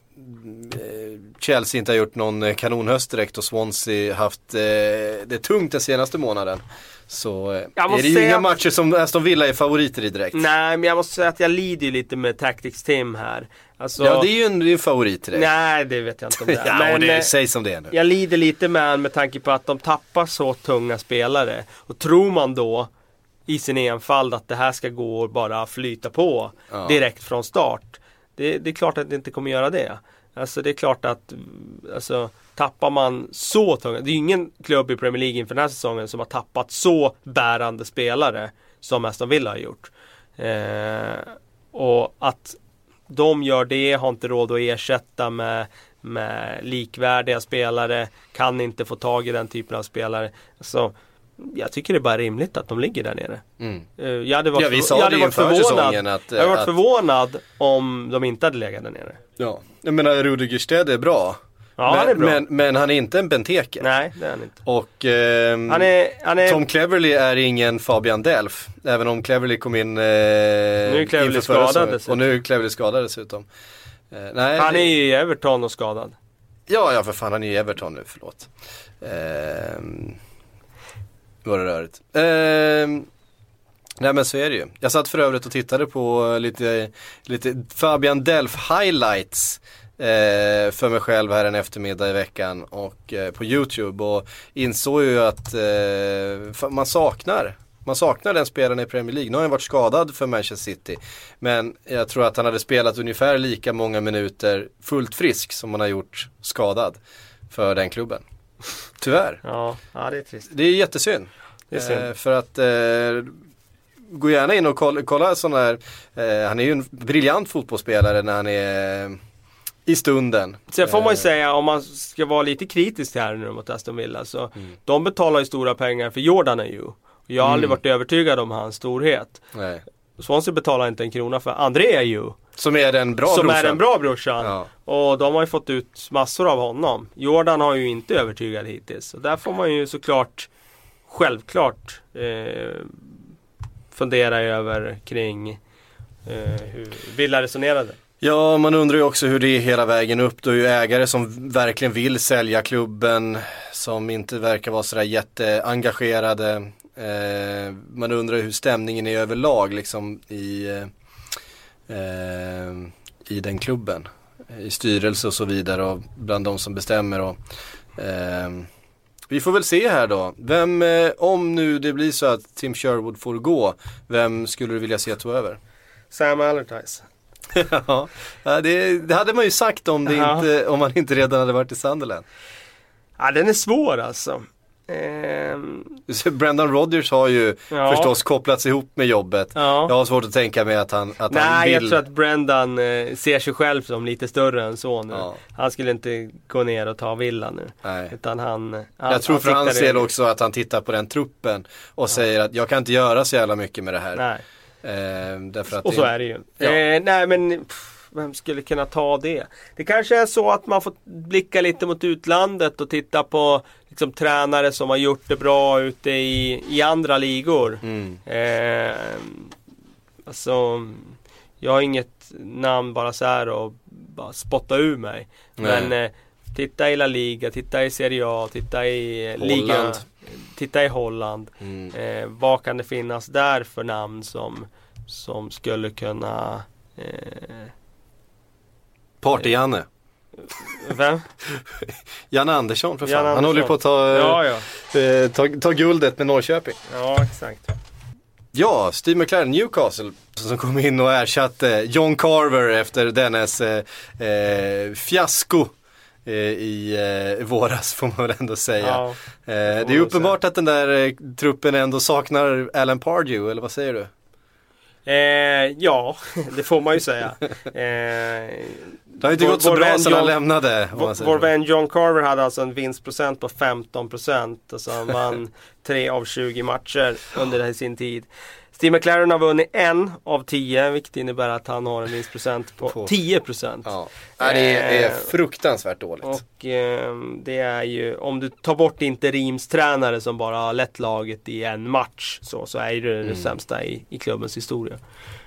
Speaker 3: Chelsea inte har gjort någon kanonhöst direkt och Swansea haft eh, det tungt den senaste månaden. Så är det ju inga att... matcher som Aston Villa är favoriter i direkt.
Speaker 4: Nej, men jag måste säga att jag lider lite med Tactics Tim här. Alltså...
Speaker 3: Ja, det är ju en, det är en favorit direkt.
Speaker 4: Nej, det vet jag inte om det är.
Speaker 3: ja,
Speaker 4: men,
Speaker 3: det sägs som det är nu.
Speaker 4: Jag lider lite med med tanke på att de tappar så tunga spelare. Och tror man då i sin enfald att det här ska gå och bara flyta på ja. direkt från start. Det, det är klart att det inte kommer göra det. Alltså det är klart att alltså, tappar man så tunga, det är ju ingen klubb i Premier League inför den här säsongen som har tappat så bärande spelare som Aston Villa har gjort. Eh, och att de gör det, har inte råd att ersätta med, med likvärdiga spelare, kan inte få tag i den typen av spelare. Så jag tycker det är bara rimligt att de ligger där nere.
Speaker 3: Mm.
Speaker 4: Jag hade varit,
Speaker 3: ja, vi sa
Speaker 4: jag hade
Speaker 3: det
Speaker 4: varit förvånad,
Speaker 3: att,
Speaker 4: jag hade varit
Speaker 3: att...
Speaker 4: förvånad om de inte hade legat där nere.
Speaker 3: Ja, jag menar Rudiger Sted är bra.
Speaker 4: Ja,
Speaker 3: men,
Speaker 4: han är bra.
Speaker 3: Men, men han är inte en Benteke.
Speaker 4: Nej, det är han inte.
Speaker 3: Och ehm,
Speaker 4: han är, han är...
Speaker 3: Tom Cleverley är ingen Fabian Delph. Även om Cleverley kom in eh, Nu
Speaker 4: är Cleverley skadad dessutom.
Speaker 3: Och nu är Cleverley skadad dessutom. Eh, nej,
Speaker 4: han
Speaker 3: det...
Speaker 4: är ju i Everton och skadad.
Speaker 3: Ja, ja för fan, han är i Everton nu, förlåt. Ehm... Var det rörigt. Ehm... Nej men så är det ju. Jag satt för övrigt och tittade på lite, lite Fabian Delph highlights eh, för mig själv här en eftermiddag i veckan och eh, på YouTube och insåg ju att eh, man saknar man saknar den spelaren i Premier League. Nu har han varit skadad för Manchester City, men jag tror att han hade spelat ungefär lika många minuter fullt frisk som han har gjort skadad för den klubben. Tyvärr.
Speaker 4: Ja, ja det är trist.
Speaker 3: Det är jättesynd.
Speaker 4: Det är synd.
Speaker 3: Eh, för att eh, gå gärna in och kolla, kolla sån här, eh, han är ju en briljant fotbollsspelare när han är eh, i stunden.
Speaker 4: Sen får man ju
Speaker 3: eh.
Speaker 4: säga, om man ska vara lite kritisk här nu mot Aston Villa, så mm. de betalar ju stora pengar för Jordan är ju. Jag har mm. aldrig varit övertygad om hans storhet.
Speaker 3: Nej.
Speaker 4: Swansea betalar inte en krona för André är ju.
Speaker 3: Som är den bra
Speaker 4: Som
Speaker 3: brorsan.
Speaker 4: är den bra brorsan.
Speaker 3: Ja.
Speaker 4: Och de har ju fått ut massor av honom. Jordan har ju inte övertygat hittills. Och där får man ju såklart, självklart, eh, fundera över kring eh, hur Villa resonerade.
Speaker 3: Ja, man undrar ju också hur det är hela vägen upp. Då är ju ägare som verkligen vill sälja klubben, som inte verkar vara sådär jätteengagerade. Eh, man undrar hur stämningen är överlag liksom i, eh, i den klubben. I styrelse och så vidare och bland de som bestämmer. Och, eh, vi får väl se här då. Vem, eh, om nu det blir så att Tim Sherwood får gå, vem skulle du vilja se ta över?
Speaker 4: Sam Allardyce.
Speaker 3: Ja, det, det hade man ju sagt om, det inte, om man inte redan hade varit i Sunderland.
Speaker 4: Ja, den är svår alltså. Ehm...
Speaker 3: Brendan Rodgers har ju ja. förstås kopplats ihop med jobbet. Ja. Jag har svårt att tänka mig att han, att
Speaker 4: Nej,
Speaker 3: han vill...
Speaker 4: jag tror att Brendan eh, ser sig själv som lite större än så nu. Ja. Han skulle inte gå ner och ta Villa nu.
Speaker 3: Nej.
Speaker 4: Utan han, han,
Speaker 3: jag tror
Speaker 4: han
Speaker 3: för hans del
Speaker 4: det.
Speaker 3: också att han tittar på den truppen och ja. säger att jag kan inte göra så jävla mycket med det här.
Speaker 4: Nej.
Speaker 3: Eh, därför att
Speaker 4: och så
Speaker 3: det...
Speaker 4: är det ju.
Speaker 3: Ja.
Speaker 4: Eh, nej men... Pff. Vem skulle kunna ta det? Det kanske är så att man får blicka lite mot utlandet och titta på liksom, tränare som har gjort det bra ute i, i andra ligor. Mm. Eh, alltså, jag har inget namn bara så här och bara spotta ur mig. Nej. Men eh, titta i La Liga, titta i Serie A, titta i
Speaker 3: Holland.
Speaker 4: Liga, titta i Holland.
Speaker 3: Mm.
Speaker 4: Eh, vad kan det finnas där för namn som, som skulle kunna... Eh,
Speaker 3: Party-Janne.
Speaker 4: Vem?
Speaker 3: Janne Andersson för fan.
Speaker 4: Janne
Speaker 3: Han
Speaker 4: Andersson.
Speaker 3: håller på att ta,
Speaker 4: ja, ja.
Speaker 3: Eh, ta, ta guldet med Norrköping.
Speaker 4: Ja, exakt.
Speaker 3: Ja, Steve McLaren, Newcastle, som kom in och ersatte John Carver efter dennes eh, eh, fiasko eh, i eh, våras, får man väl ändå säga. Ja, det, eh, det är uppenbart säga. Att den där eh, truppen ändå saknar Alan Pardew, eller vad säger du?
Speaker 4: Eh, ja, det får man ju säga. Eh,
Speaker 3: det har inte gått så bra sedan han lämnade.
Speaker 4: Vår, vår vän John Carver hade alltså en vinstprocent på femton procent. Alltså han vann tre av tjugo matcher under sin tid. Steve McLaren har vunnit en av tio, vilket innebär att han har en vinstprocent på, på. tio procent.
Speaker 3: Ja. Ja, det är, är fruktansvärt dåligt.
Speaker 4: Och eh, det är ju, om du tar bort interimstränare som bara har lett laget i en match, så, så är det mm. det sämsta i, i klubbens historia.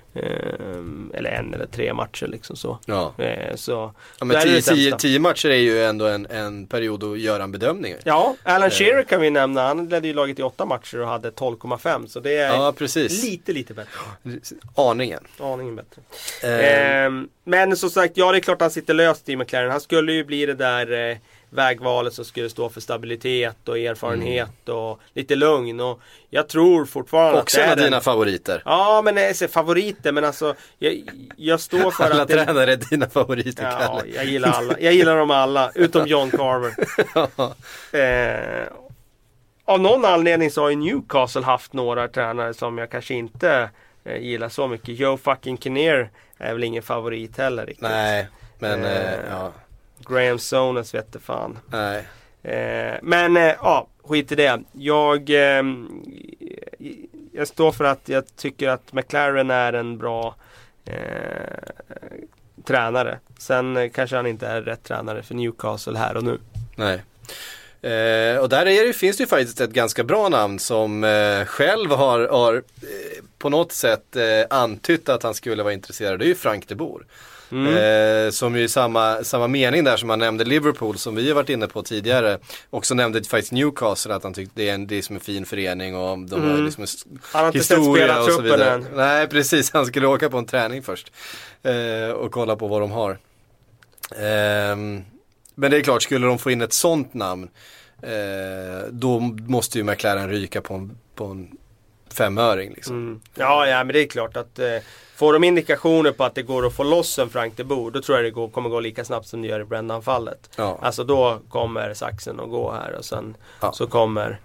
Speaker 4: Eh, eller en eller tre matcher liksom så. Ja. Eh, så
Speaker 3: ja, men tio, tio, tio matcher är ju ändå en, en period att göra en bedömning.
Speaker 4: Ja, Alan Shearer kan vi nämna. Han ledde ju laget i åtta matcher och hade tolv komma fem. Så det är
Speaker 3: ja, precis.
Speaker 4: lite, lite bättre.
Speaker 3: Aningen.
Speaker 4: Aningen bättre. Eh. Eh, men som sagt, ja det är klart han sitter löst i McLaren. Han skulle ju bli det där eh, vägvalet som skulle stå för stabilitet och erfarenhet mm. och lite lugn. Och jag tror fortfarande
Speaker 3: också
Speaker 4: att det är
Speaker 3: dina
Speaker 4: den...
Speaker 3: favoriter.
Speaker 4: Ja, men jag säger favoriter, men alltså jag, jag står för
Speaker 3: alla
Speaker 4: att... Alla
Speaker 3: tränare är dina favoriter,
Speaker 4: ja,
Speaker 3: Kalle.
Speaker 4: jag gillar alla. Jag gillar dem alla, utom John Carver. eh, av någon anledning så har ju Newcastle haft några tränare som jag kanske inte eh, gillar så mycket. Joe fucking Kinnear är väl ingen favorit heller riktigt.
Speaker 3: Nej, men
Speaker 4: eh,
Speaker 3: eh, ja.
Speaker 4: Graham Souness vet det fan.
Speaker 3: Nej.
Speaker 4: Eh, men eh, ja, skit i det. Jag eh, jag står för att jag tycker att McLaren är en bra eh, tränare. Sen eh, kanske han inte är rätt tränare för Newcastle här och nu.
Speaker 3: Nej. Eh, och där är det, finns det ju faktiskt ett ganska bra namn som eh, själv har, har eh, på något sätt eh, antytt att han skulle vara intresserad. Det är ju Frank de Boer. Mm. Eh, som ju samma, samma mening där som han nämnde Liverpool som vi har varit inne på tidigare. Också nämnde faktiskt Newcastle att han tyckte det är en, det är som en fin förening och de mm. har liksom en
Speaker 4: han har inte
Speaker 3: historia
Speaker 4: sett
Speaker 3: och så vidare.
Speaker 4: än.
Speaker 3: Nej, precis. Han skulle åka på en träning först eh, och kolla på vad de har. Eh, men det är klart, skulle de få in ett sånt namn eh, då måste ju McLaren ryka på en, på en femöring liksom.
Speaker 4: Mm. Ja, ja, men det är klart att eh, får de indikationer på att det går att få loss en Frank de Boer, då tror jag det går, kommer gå lika snabbt som det gör i Brendan-fallet. Ja. Alltså då kommer saxen att gå här och sen ja. så kommer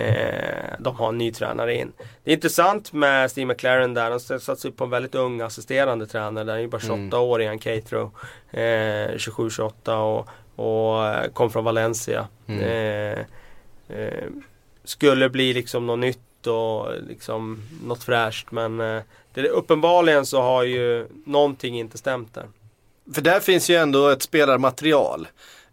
Speaker 4: eh, de ha en ny tränare in. Det är intressant med Steve McLaren där. Han satt sig på en väldigt ung assisterande tränare. Där är ju bara tjugoåtta mm. år igen, Cathro. Eh, tjugosju tjugoåtta och, och kom från Valencia. Mm. Eh, eh, skulle bli liksom något nytt och liksom något fräscht, men eh, det, uppenbarligen så har ju någonting inte stämt där.
Speaker 3: För där finns ju ändå ett spelarmaterial.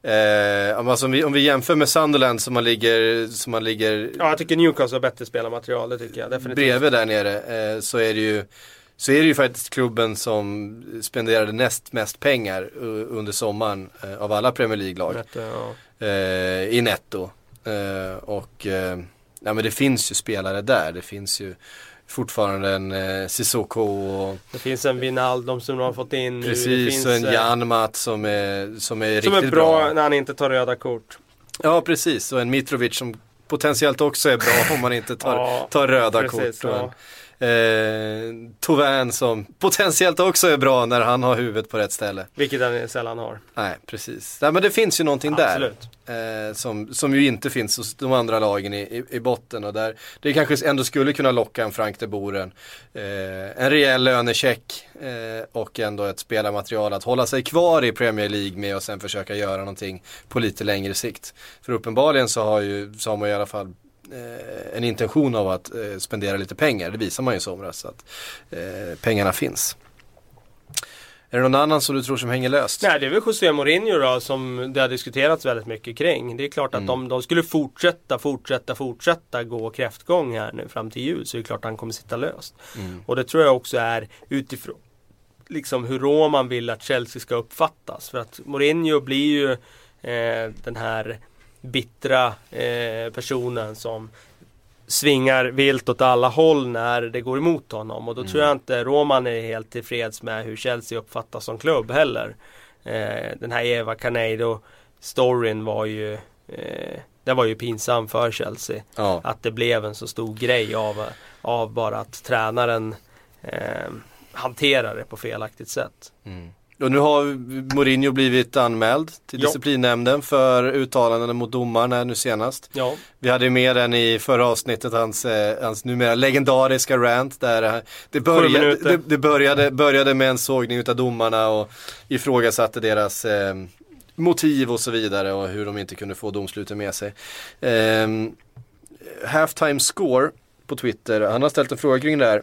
Speaker 3: Eh, alltså om, vi, om vi jämför med Sunderland som man ligger, som man ligger
Speaker 4: ja, jag tycker Newcastle har bättre spelarmaterial, det tycker jag definitivt.
Speaker 3: Bredvid där nere eh, så är det ju så är det ju faktiskt klubben som spenderade näst mest pengar uh, under sommaren uh, av alla Premier League-lag
Speaker 4: netto, ja.
Speaker 3: uh, i netto uh, och uh, ja, men det finns ju spelare där. Det finns ju fortfarande en uh, Sissoko och
Speaker 4: det finns en Wijnaldum som de har fått in.
Speaker 3: Precis,
Speaker 4: det finns,
Speaker 3: och en Janmat som är, som är
Speaker 4: som
Speaker 3: riktigt
Speaker 4: är bra,
Speaker 3: bra
Speaker 4: när han inte tar röda kort.
Speaker 3: Ja, precis. Och en Mitrovic som potentiellt också är bra om man inte tar,
Speaker 4: ja,
Speaker 3: tar röda
Speaker 4: precis,
Speaker 3: kort.
Speaker 4: Ja.
Speaker 3: Eh, Tovän som potentiellt också är bra när han har huvudet på rätt ställe.
Speaker 4: Vilket han sällan har.
Speaker 3: Nej, precis. Nej, men det finns ju någonting
Speaker 4: Absolut.
Speaker 3: där eh, som, som ju inte finns hos de andra lagen i, i, i botten. Och där det kanske ändå skulle kunna locka en Frank de Boer, eh, en rejäl lönecheck eh, och ändå ett spelarmaterial att hålla sig kvar i Premier League med och sen försöka göra någonting på lite längre sikt. För uppenbarligen så har, ju, så har man i alla fall en intention av att eh, spendera lite pengar. Det visar man ju i somras så att eh, pengarna finns. Är det någon annan som du tror som hänger löst?
Speaker 4: Nej, det är väl José Mourinho då, som det har diskuterats väldigt mycket kring. Det är klart att mm. om de skulle fortsätta, fortsätta, fortsätta gå kräftgång här nu fram till jul, så är det klart att han kommer sitta löst. Mm. Och det tror jag också är utifrån liksom hur Roman vill att Chelsea ska uppfattas. För att Mourinho blir ju eh, den här bittra eh, personen som svingar vilt åt alla håll när det går emot honom. Och då mm. tror jag inte Roman är helt tillfreds med hur Chelsea uppfattas som klubb heller. Eh, den här Eva Canedo-storyn var ju eh, den var ju pinsam för Chelsea. Ja. Att det blev en så stor grej av, av bara att tränaren eh, hanterar det på felaktigt sätt.
Speaker 3: Mm. Och nu har Mourinho blivit anmäld till
Speaker 4: ja.
Speaker 3: disciplinnämnden för uttalanden mot domarna nu senast.
Speaker 4: Ja.
Speaker 3: Vi hade med den i förra avsnittet, hans, eh, hans numera legendariska rant där det började, det, det började, började med en sågning utav domarna och ifrågasatte deras eh, motiv och så vidare och hur de inte kunde få domsluten med sig. Eh, Halftime Score på Twitter, han har ställt en fråga kring det här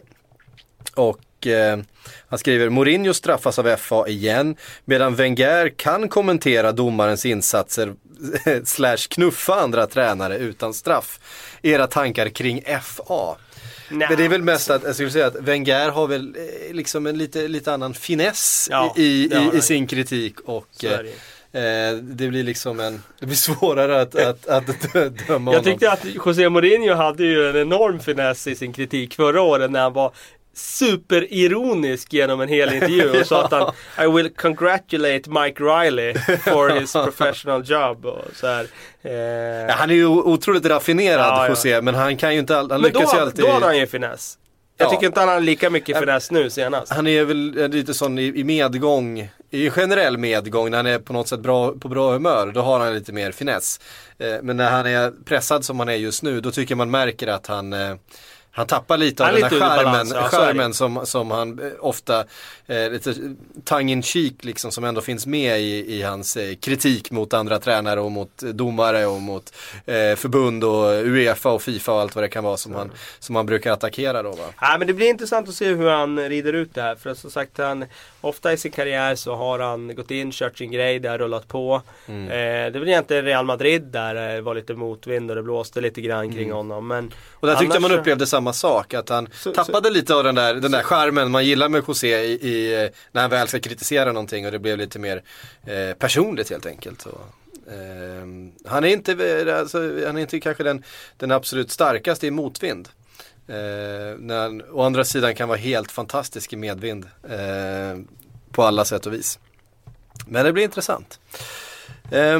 Speaker 3: och eh, han skriver: Mourinho straffas av F A igen, medan Wenger kan kommentera domarens insatser slash knuffa andra tränare utan straff. Era tankar kring F A? Nej. Men det är väl mest att jag skulle säga att Wenger har väl eh, liksom en lite, lite annan finess
Speaker 4: ja,
Speaker 3: i, i, i sin kritik och eh, Eh, det blir liksom en det blir svårare att, att, att dö, döma
Speaker 4: Jag tyckte honom. Att José Mourinho hade ju en enorm finess i sin kritik förra året när han var superironisk genom en hel intervju och sa att han I will congratulate Mike Riley for his professional job och så här. Eh...
Speaker 3: Ja, han är ju otroligt raffinerad,
Speaker 4: ja,
Speaker 3: José,
Speaker 4: ja.
Speaker 3: men han kan ju inte all... han
Speaker 4: men
Speaker 3: lyckas
Speaker 4: då,
Speaker 3: ju alltid.
Speaker 4: Då har han ju finess. Jag
Speaker 3: ja.
Speaker 4: tycker inte han har lika mycket finess nu senast.
Speaker 3: Han är väl lite sån i, i medgång, i generell medgång, när han är på något sätt bra, på bra humör, då har han lite mer finess. Eh, men när han är pressad som han är just nu, då tycker man märker att han... Eh, Han tappar lite av den här skärmen,
Speaker 4: ja,
Speaker 3: skärmen som, som han eh, ofta, eh, lite tongue in cheek liksom, som ändå finns med i, i hans eh, kritik mot andra tränare och mot domare och mot eh, förbund och UEFA och FIFA och allt vad det kan vara som, han, som han brukar attackera då, va?
Speaker 4: Ja, men det blir intressant att se hur han rider ut det här, för som sagt, han, ofta i sin karriär så har han gått in, kört sin grej, det har rullat på. Mm. Eh, det var egentligen Real Madrid där det var lite motvind och det blåste lite grann kring mm. honom. Men
Speaker 3: och där tyckte
Speaker 4: annars...
Speaker 3: man upplevde samma sak, att han så, tappade så, lite av den där, den där charmen man gillar med José i, i, när han väl ska kritisera någonting, och det blev lite mer eh, personligt helt enkelt. Och, eh, han är inte, alltså, han är inte kanske den, den absolut starkaste i motvind. Eh, när han, å andra sidan kan vara helt fantastisk i medvind eh, på alla sätt och vis. Men det blir intressant. Eh,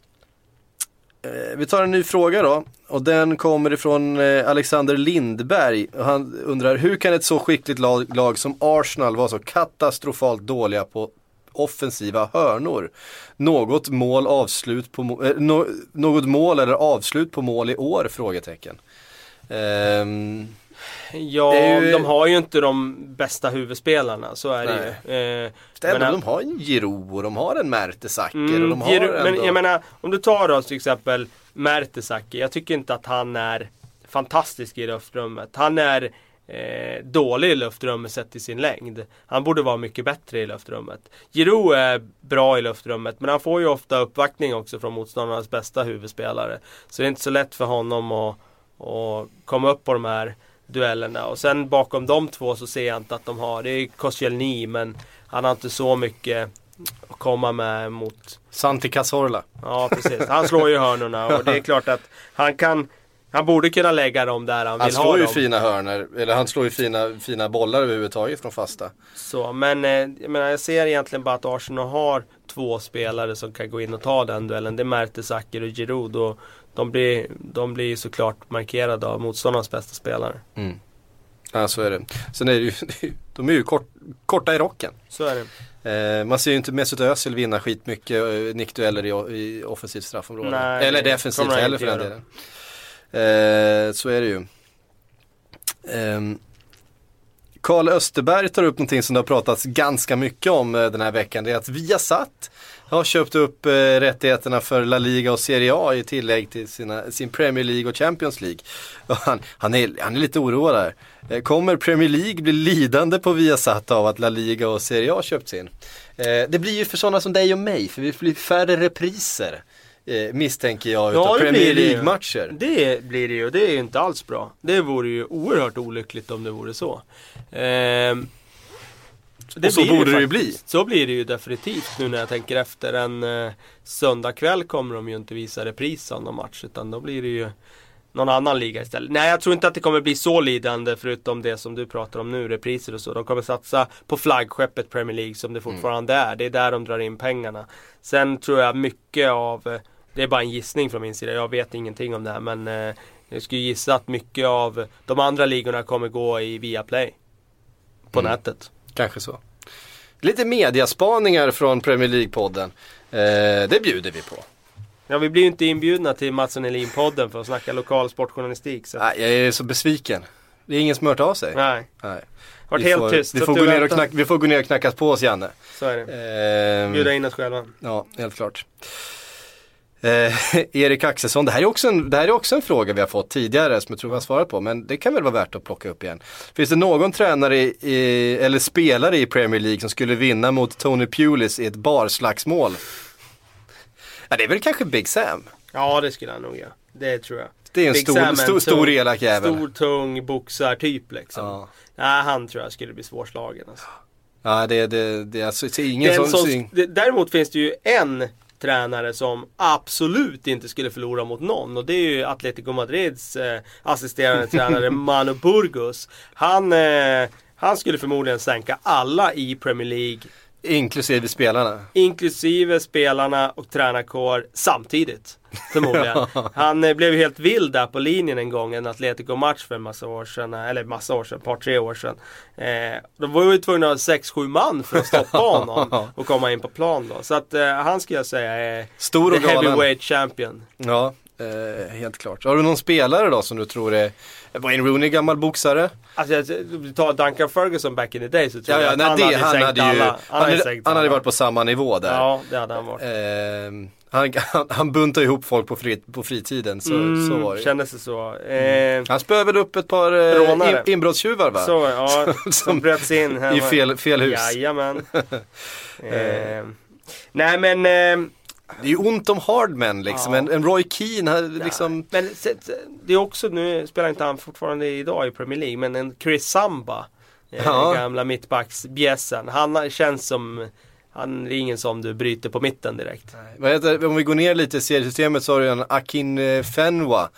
Speaker 3: Vi tar en ny fråga då, och den kommer ifrån Alexander Lindberg. Han undrar, hur kan ett så skickligt lag, lag som Arsenal vara så katastrofalt dåliga på offensiva hörnor? Något mål avslut på äh, no, något mål eller avslut på mål i år? Frågetecken. Um,
Speaker 4: Ja,
Speaker 3: ju...
Speaker 4: de har ju inte de bästa huvudspelarna, så är det ju. Eh,
Speaker 3: men, men de har en Giroud och de har en Mertesacker.
Speaker 4: Mm,
Speaker 3: och de har
Speaker 4: Giroud,
Speaker 3: ändå...
Speaker 4: Men jag menar, om du tar då till exempel Mertesacker, jag tycker inte att han är fantastisk i luftrummet. Han är eh, dålig i luftrummet sett i sin längd. Han borde vara mycket bättre i luftrummet. Giroud är bra i luftrummet, men han får ju ofta uppvaktning också från motståndarnas bästa huvudspelare. Så det är inte så lätt för honom att, att komma upp på de här duellerna. Och sen bakom de två så ser jag inte att de har, det är Koscielny, men han har inte så mycket att komma med mot
Speaker 3: Santi Cazorla.
Speaker 4: Ja, precis. Han slår ju hörnorna, och det är klart att han kan, han borde kunna lägga dem där han, han vill ha dem.
Speaker 3: Han slår ju fina hörnor, eller han slår ju fina, fina bollar överhuvudtaget från fasta.
Speaker 4: Så, men eh, jag menar, jag ser egentligen bara att Arsenal har två spelare som kan gå in och ta den duellen. Det är Mertesacker och Giroud, och de blir, de blir såklart markerade av motståndarnas bästa spelare.
Speaker 3: Mm. Ja, så är det. Sen är det ju, de är ju kort, korta i rocken.
Speaker 4: Så är det.
Speaker 3: Eh, man ser ju inte Mesut Özil vinna skitmycket eh, nickdueller i, i offensivt straffområde.
Speaker 4: Nej,
Speaker 3: eller defensivt heller för den delen. Eh, så är det ju. Eh, Karl Österberg tar upp någonting som det har pratats ganska mycket om eh, den här veckan. Det är att Viasat har köpt upp eh, rättigheterna för La Liga och Serie A i tillägg till sina, sin Premier League och Champions League. Och han, han, är, han är lite oroad där. Eh, kommer Premier League bli lidande på Viasat av att La Liga och Serie A köpts in? Eh, det blir ju för sådana som dig och mig, för vi blir färre repriser. Eh, misstänker jag,
Speaker 4: ja,
Speaker 3: utav Premier League-matcher.
Speaker 4: Det blir det ju, det är ju inte alls bra. Det vore ju oerhört olyckligt om det vore så. Ehm, det
Speaker 3: och så borde det ju bli.
Speaker 4: Så blir det ju definitivt nu när jag tänker efter. En eh, söndag kväll kommer de ju inte visa repris av någon match, utan då blir det ju någon annan liga istället. Nej, jag tror inte att det kommer bli så lidande, förutom det som du pratar om nu, repriser och så. De kommer satsa på flaggskeppet Premier League som det fortfarande mm. är. Det är där de drar in pengarna. Sen tror jag mycket av, det är bara en gissning från min sida, jag vet ingenting om det här, men eh, jag skulle gissa att mycket av de andra ligorna kommer gå i Viaplay på mm. nätet.
Speaker 3: Kanske så. Lite mediaspaningar från Premier League-podden. Eh, det bjuder vi på.
Speaker 4: Ja, vi blir ju inte inbjudna till Mats och Nelin-podden för att snacka lokal sportjournalistik. Så.
Speaker 3: Nej, jag är så besviken. Det är ingen som hört av sig.
Speaker 4: Nej.
Speaker 3: Nej.
Speaker 4: Vart helt
Speaker 3: får,
Speaker 4: tyst.
Speaker 3: Vi får, gå ner och knack, vi får gå ner och knacka på oss, Janne.
Speaker 4: Så är det.
Speaker 3: Eh,
Speaker 4: Bjuda in oss själva.
Speaker 3: Ja, helt klart. Eh, Erik Axelsson, det här, är också en, det här är också en fråga vi har fått tidigare som jag tror vi har svarat på, men det kan väl vara värt att plocka upp igen. Finns det någon tränare i, i, eller spelare i Premier League som skulle vinna mot Tony Pulis i ett barslagsmål? Ja, det är väl kanske Big Sam.
Speaker 4: Ja, det skulle han nog göra. Det tror jag.
Speaker 3: Det är en
Speaker 4: Big
Speaker 3: stor,
Speaker 4: Sam,
Speaker 3: stor,
Speaker 4: en
Speaker 3: stor
Speaker 4: tung,
Speaker 3: elak jävel.
Speaker 4: Stor, tung boxar typ liksom.
Speaker 3: Ja.
Speaker 4: Nej, han tror jag skulle bli svårslagen alltså.
Speaker 3: Ja, det, det, det är alltså det är ingen
Speaker 4: Den
Speaker 3: som...
Speaker 4: som det, däremot finns det ju en tränare som absolut inte skulle förlora mot någon, och det är ju Atletico Madrids eh, assisterande tränare Manu Burgos. Han, eh, Han skulle förmodligen sänka alla i Premier League.
Speaker 3: Inklusive spelarna.
Speaker 4: Inklusive spelarna och tränarkår samtidigt. Förmodligen. Han eh, blev helt vild där på linjen en gång. En Atletico-match för en massa år sedan. Eller massa år sedan, ett par tre år sedan. Eh, då var vi tvungna att ha sex sju man för att stoppa honom. Och komma in på plan då. Så att eh, han skulle jag säga är
Speaker 3: stor och
Speaker 4: the heavyweight champion.
Speaker 3: Ja, eh, helt klart. Har du någon spelare då som du tror är Wayne Rooney, gammal boxare?
Speaker 4: Alltså, du tar Duncan Ferguson back in the day så tror
Speaker 3: ja, ja,
Speaker 4: jag att
Speaker 3: nej,
Speaker 4: han,
Speaker 3: det,
Speaker 4: hade
Speaker 3: han hade ju
Speaker 4: alla.
Speaker 3: Han,
Speaker 4: Han hade,
Speaker 3: hade, han hade varit på samma nivå där.
Speaker 4: Ja, det hade han varit.
Speaker 3: Eh, han, han, han buntar ihop folk på, fri, på fritiden, så,
Speaker 4: mm,
Speaker 3: så var det.
Speaker 4: Kändes det så. Eh,
Speaker 3: han spövade upp ett par eh, in, inbrottstjuvar, va?
Speaker 4: Så, ja, som bröt sig in här.
Speaker 3: I fel, fel hus.
Speaker 4: Jajamän. eh, nej, men... Eh,
Speaker 3: det är ju ont om hardmen liksom. Ja. En, en Roy Keane liksom...
Speaker 4: Ja, men det är också, nu spelar inte han fortfarande idag i Premier League, men en Chris Samba, ja. gamla mittbacksbjässen. Han känns som, han är ingen som du bryter på mitten direkt.
Speaker 3: Nej. Vad heter, om vi går ner lite i seriesystemet så har du en Akin Fenwa.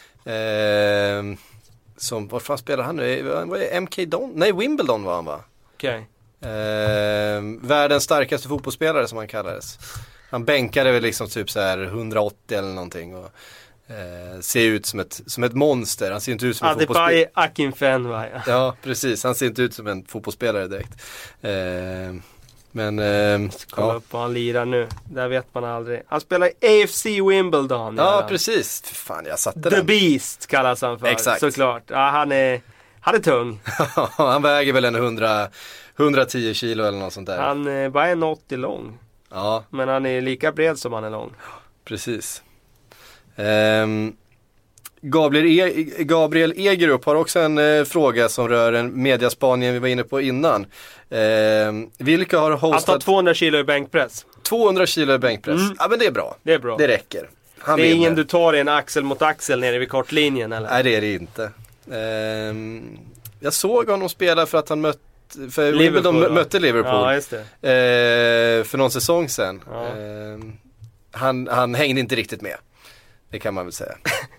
Speaker 3: Eh, som, vad fan spelar han nu? Vad är M K Don? Nej, Wimbledon var han, va?
Speaker 4: Okej.
Speaker 3: Okay. Eh, världens starkaste fotbollsspelare som han kallades. Han bänkade väl liksom typ så här hundraåttio eller någonting och eh, ser ut som ett, som ett monster. Han ser inte ut som en fotbollsspelare.
Speaker 4: Adebayo Akinfenwa. Ja.
Speaker 3: ja, precis. Han ser inte ut som en fotbollsspelare direkt. Eh, men eh,
Speaker 4: kolla
Speaker 3: ja.
Speaker 4: upp vad han lirar nu. Där vet man aldrig. Han spelar i A F C Wimbledon.
Speaker 3: Ja,
Speaker 4: ja.
Speaker 3: precis. Fan, jag satte
Speaker 4: The
Speaker 3: den.
Speaker 4: Beast kallas han för.
Speaker 3: Exakt.
Speaker 4: Såklart. Ja, han är han är tung.
Speaker 3: Han väger väl en hundra, hundratio kilo eller något sånt där.
Speaker 4: Han är bara en åttio lång.
Speaker 3: Ja.
Speaker 4: Men han är lika bred som han är lång.
Speaker 3: Precis. Um, Gabriel, e- Gabriel Egerup har också en uh, fråga som rör en mediaspaningen vi var inne på innan. Uh, vilka har hostat...
Speaker 4: Han tar tvåhundra kilo i bänkpress.
Speaker 3: tvåhundra kilo i bänkpress. Mm. Ja, men det är bra.
Speaker 4: Det är bra.
Speaker 3: Det räcker. Han
Speaker 4: det är ingen
Speaker 3: det.
Speaker 4: du tar i en axel mot axel nere vid kortlinjen eller?
Speaker 3: Nej, det är det inte. Uh, jag såg honom spela för att han mötte För Liverpool, de mötte Liverpool
Speaker 4: ja, just det.
Speaker 3: Eh, för någon säsong sedan.
Speaker 4: Ja.
Speaker 3: Eh, han, han hängde inte riktigt med. Det kan man väl säga.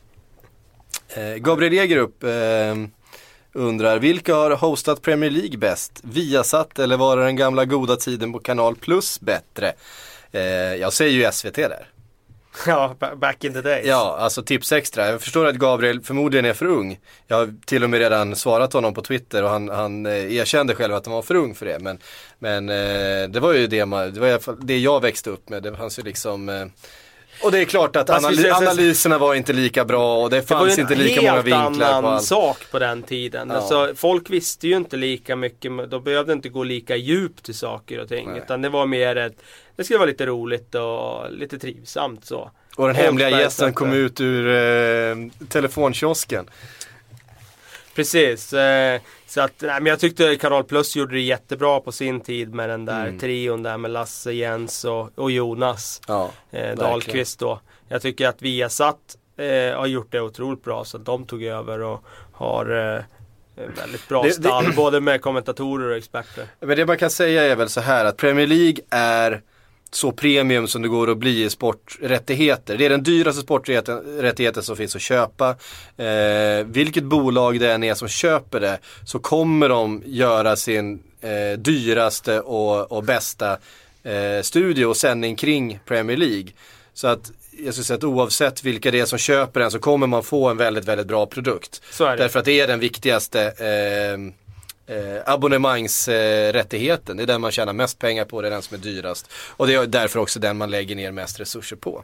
Speaker 3: eh, Gabriel Egerup eh, undrar, vilka har hostat Premier League bäst? Viasat eller var det den gamla goda tiden på Kanal Plus bättre? Eh, jag säger ju S V T där.
Speaker 4: Ja, back in the days.
Speaker 3: Ja, alltså tips extra. Jag förstår att Gabriel förmodligen är för ung. Jag har till och med redan svarat honom på Twitter och han, han erkände själv att han var för ung för det. Men, men eh, det var ju det, man, det, var i alla fall det jag växte upp med. Det fanns ju liksom... Eh, och det är klart att analy- analyserna var inte lika bra och det fanns det inte lika många vinklar på allt. Det var en helt annan
Speaker 4: sak på den tiden. Ja. Alltså, folk visste ju inte lika mycket, de behövde inte gå lika djupt i saker och ting. Nej. Utan det var mer ett, det skulle vara lite roligt och lite trivsamt så.
Speaker 3: Och den hemliga gästen kom ut ur eh, telefonkiosken.
Speaker 4: Precis, eh, så att, nej, men jag tyckte Kanal Plus gjorde det jättebra på sin tid med den där mm. trion där med Lasse, Jens och, och Jonas
Speaker 3: ja,
Speaker 4: eh, Dahlqvist då. Jag tycker att Viasat eh, har gjort det otroligt bra så att de tog över och har eh, väldigt bra det, stall det, både med kommentatorer och experter. Men
Speaker 3: det man kan säga är väl så här att Premier League är så premium som det går att bli i sporträttigheter. Det är den dyraste sporträttigheten som finns att köpa. Eh, vilket bolag det än är som köper det så kommer de göra sin eh, dyraste och, och bästa eh, studie och sändning kring Premier League. Så att jag skulle säga att oavsett vilka det är som köper den så kommer man få en väldigt, väldigt bra produkt.
Speaker 4: Så är det.
Speaker 3: Därför att det är den viktigaste eh, Eh, abonnemangsrättigheten. Eh, det är den man tjänar mest pengar på, det är den som är dyrast. Och det är därför också den man lägger ner mest resurser på.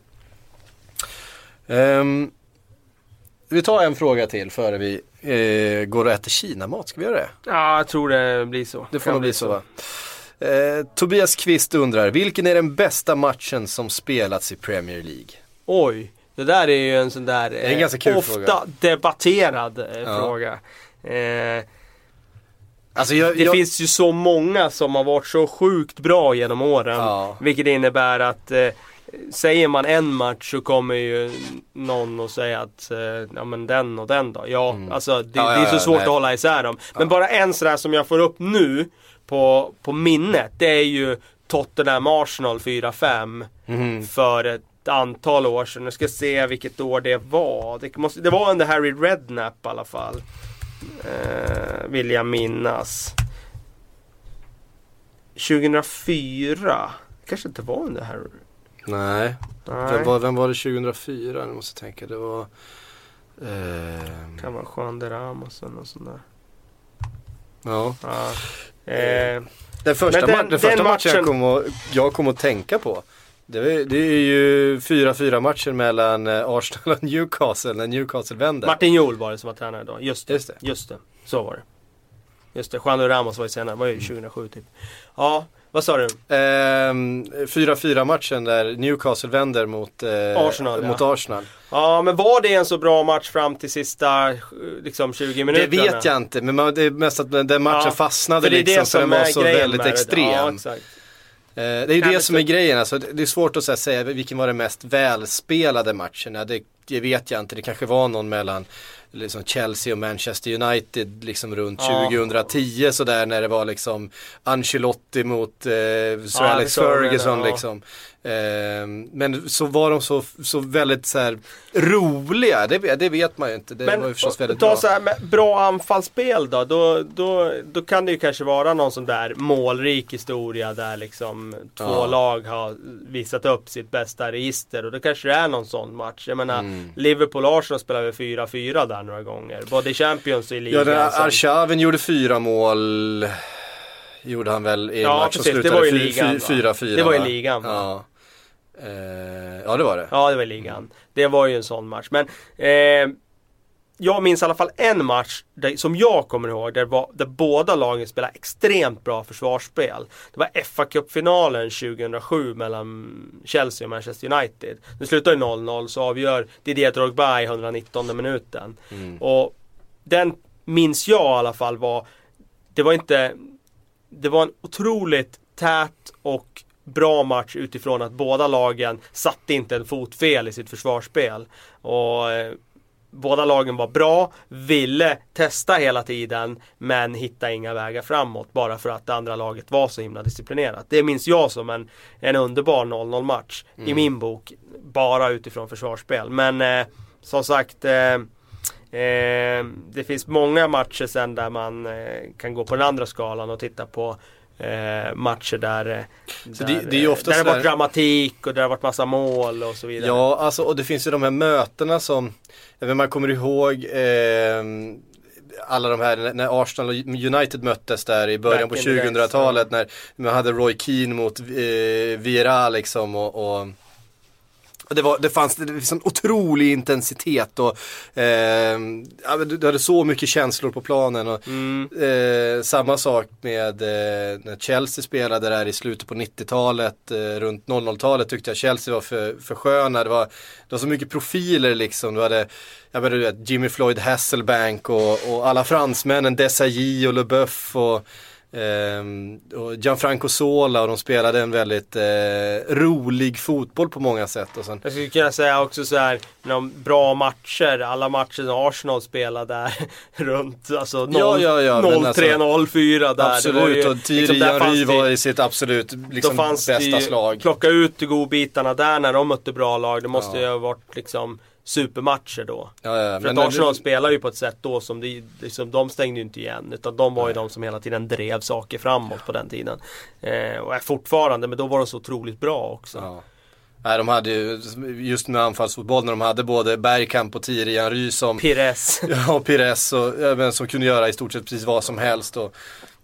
Speaker 3: Um, vi tar en fråga till före vi eh, går och äter Kina-mat. Ska vi göra det?
Speaker 4: Ja, jag tror det blir så.
Speaker 3: Det får nog bli så, va? Eh, Tobias Kvist undrar, vilken är den bästa matchen som spelats i Premier League?
Speaker 4: Oj, det där är ju en sån där eh,
Speaker 3: en ganska kul
Speaker 4: ofta
Speaker 3: fråga.
Speaker 4: debatterad eh,
Speaker 3: ja.
Speaker 4: fråga. Eh,
Speaker 3: Alltså jag,
Speaker 4: det
Speaker 3: jag...
Speaker 4: finns ju så många som har varit så sjukt bra genom åren. Ja. Vilket innebär att eh, säger man en match så kommer ju någon att säga att eh, ja men den och den då. Ja, mm. alltså det,
Speaker 3: ja, ja,
Speaker 4: det är så
Speaker 3: ja,
Speaker 4: svårt
Speaker 3: nej.
Speaker 4: att hålla isär dem. Men
Speaker 3: ja.
Speaker 4: bara en sådär som jag får upp nu på, på minnet, det är ju Tottenham Arsenal fyra fem mm. för ett antal år sedan. Nu ska jag se vilket år det var. Det, måste, det var under Harry Redknapp i alla fall. Uh, vill jag minnas. tjugohundrafyra kanske inte var under Harry.
Speaker 3: Nej,
Speaker 4: Nej.
Speaker 3: Vem, var, vem var det tjugohundrafyra? Nu måste jag tänka, det var eh...
Speaker 4: kan vara Juan de Ramos och sånt där.
Speaker 3: Ja,
Speaker 4: ja. Eh,
Speaker 3: Den första,
Speaker 4: den,
Speaker 3: ma- den första
Speaker 4: den
Speaker 3: matchen,
Speaker 4: matchen
Speaker 3: jag kom, att, jag kom att tänka på, det är, det är ju fyra fyra matcher mellan Arsenal och Newcastle när Newcastle vände.
Speaker 4: Martin Jol var det som var tränare då. Just det.
Speaker 3: Just det.
Speaker 4: Just det. Så var det. Just det. Juan de Ramos var ju senare. var ju tjugohundrasju typ. Ja, vad sa du?
Speaker 3: Ehm, fyra fyra matchen där Newcastle vänder mot, eh,
Speaker 4: Arsenal,
Speaker 3: mot
Speaker 4: ja.
Speaker 3: Arsenal.
Speaker 4: Ja, men var det en så bra match fram till sista liksom tjugo minuterna?
Speaker 3: Det vet jag inte, men man, det är mest att den matchen
Speaker 4: Ja,
Speaker 3: fastnade
Speaker 4: för det är
Speaker 3: liksom
Speaker 4: det
Speaker 3: för den
Speaker 4: som
Speaker 3: var
Speaker 4: är
Speaker 3: så
Speaker 4: grejen
Speaker 3: väldigt
Speaker 4: med det.
Speaker 3: extrem.
Speaker 4: Ja, exakt.
Speaker 3: Eh, det är ju
Speaker 4: Nej,
Speaker 3: det
Speaker 4: men
Speaker 3: som
Speaker 4: så-
Speaker 3: är grejen, alltså, det det är svårt att så här, säga vilken var den mest välspelade matchen. Ja, det, det vet jag inte, det kanske var någon mellan liksom Chelsea och Manchester United liksom runt
Speaker 4: Ja.
Speaker 3: tjugohundratio sådär, när det var liksom Ancelotti mot eh, Sir
Speaker 4: Ja,
Speaker 3: Alex
Speaker 4: det förstår jag,
Speaker 3: Ferguson
Speaker 4: ja.
Speaker 3: liksom. Eh, men så var de så, så väldigt så här roliga, det, det vet man ju inte, det var ju förstås väldigt
Speaker 4: ta
Speaker 3: bra.
Speaker 4: så här med bra anfallsspel då, då, då, då kan det ju kanske vara någon sån där målrik historia där liksom två
Speaker 3: Ja.
Speaker 4: lag har visat upp sitt bästa register, och då kanske det är någon sån match. Jag menar,
Speaker 3: Mm.
Speaker 4: Liverpool-Arsenal spelar väl fyra fyra där några gånger, både i Champions och i ligan.
Speaker 3: Ja,
Speaker 4: som-
Speaker 3: Arshavin gjorde fyra mål, gjorde han väl i en
Speaker 4: Ja,
Speaker 3: match som
Speaker 4: precis, det
Speaker 3: slutade
Speaker 4: var i
Speaker 3: fy-
Speaker 4: ligan,
Speaker 3: fy-
Speaker 4: va?
Speaker 3: fyra fyra.
Speaker 4: Det var i
Speaker 3: va?
Speaker 4: ligan, va?
Speaker 3: Ja. Eh, ja, det var det.
Speaker 4: Ja, det var i ligan. Det var ju en sån match. Men eh, jag minns i alla fall en match där, som jag kommer ihåg, där, var, där båda lagen spelade extremt bra försvarsspel. Det var F A Cup-finalen tjugohundrasju mellan Chelsea och Manchester United. Det slutade noll noll, så avgör Didier Drogba i etthundranittonde minuten.
Speaker 3: Mm.
Speaker 4: Och den minns jag i alla fall var, det var inte, det var en otroligt tät och bra match utifrån att båda lagen satte inte en fot fel i sitt försvarsspel. Och eh, båda lagen var bra, ville testa hela tiden, men hitta inga vägar framåt bara för att det andra laget var så himla disciplinerat. Det minns jag som en, en underbar noll noll match
Speaker 3: Mm.
Speaker 4: i min bok, bara utifrån försvarsspel. Men eh, som sagt, eh, eh, det finns många matcher sen där man eh, kan gå på den andra skalan och titta på Eh, matcher där, där,
Speaker 3: det- det är ju ofta
Speaker 4: där det
Speaker 3: sådär-
Speaker 4: varit dramatik och där det har varit massa mål och så vidare.
Speaker 3: Ja, alltså, och det finns ju de här mötena som, jag vet, man kommer ihåg eh, alla de här, när Arsenal och United möttes där i början
Speaker 4: Back
Speaker 3: på
Speaker 4: in the days,
Speaker 3: tjugohundratalet, när man hade Roy Keane mot eh, Vieira liksom, och, och och det, var, det fanns det fanns en otrolig intensitet och eh, ja, men du hade så mycket känslor på planen och,
Speaker 4: Mm.
Speaker 3: eh, samma sak med eh, när Chelsea spelade där i slutet på nittiotalet, eh, runt noll noll-talet tyckte jag Chelsea var för, för sköna. Det var, det var så mycket profiler liksom. Du hade, jag menar, du vet, Jimmy Floyd Hasselbank och, och alla fransmännen, Desailly och Leboeuf och Um, och Gianfranco Zola, och de spelade en väldigt eh, rolig fotboll på många sätt. Och sen,
Speaker 4: Jag skulle kunna säga också så här, de bra matcher, alla matcher som Arsenal spelade där runt alltså
Speaker 3: Ja, ja, ja, men
Speaker 4: noll tre
Speaker 3: alltså-
Speaker 4: noll fyra där. Det var
Speaker 3: absolut,
Speaker 4: ju,
Speaker 3: och Thierry
Speaker 4: liksom, där fanns
Speaker 3: Henry
Speaker 4: det-
Speaker 3: var i sitt absolut liksom,
Speaker 4: då fanns det
Speaker 3: bästa
Speaker 4: ju-
Speaker 3: slag.
Speaker 4: Plocka ut godbitarna där när de mötte bra lag. Det måste
Speaker 3: Ja.
Speaker 4: ju ha varit liksom supermatcher då.
Speaker 3: Ja, ja,
Speaker 4: För
Speaker 3: men
Speaker 4: att Arsenal
Speaker 3: det-
Speaker 4: spelar ju på ett sätt då som de, liksom, de stängde ju inte igen, utan de var ju de som hela tiden drev saker framåt på den tiden. Eh, och är fortfarande, men då var de så otroligt bra också.
Speaker 3: Ja. Nej, de hade ju, just med anfallsfotboll, när de hade både Bergkamp och Thierry Henry som
Speaker 4: Pires.
Speaker 3: ja, och Pires och, ja, men, som kunde göra i stort sett precis vad som helst, och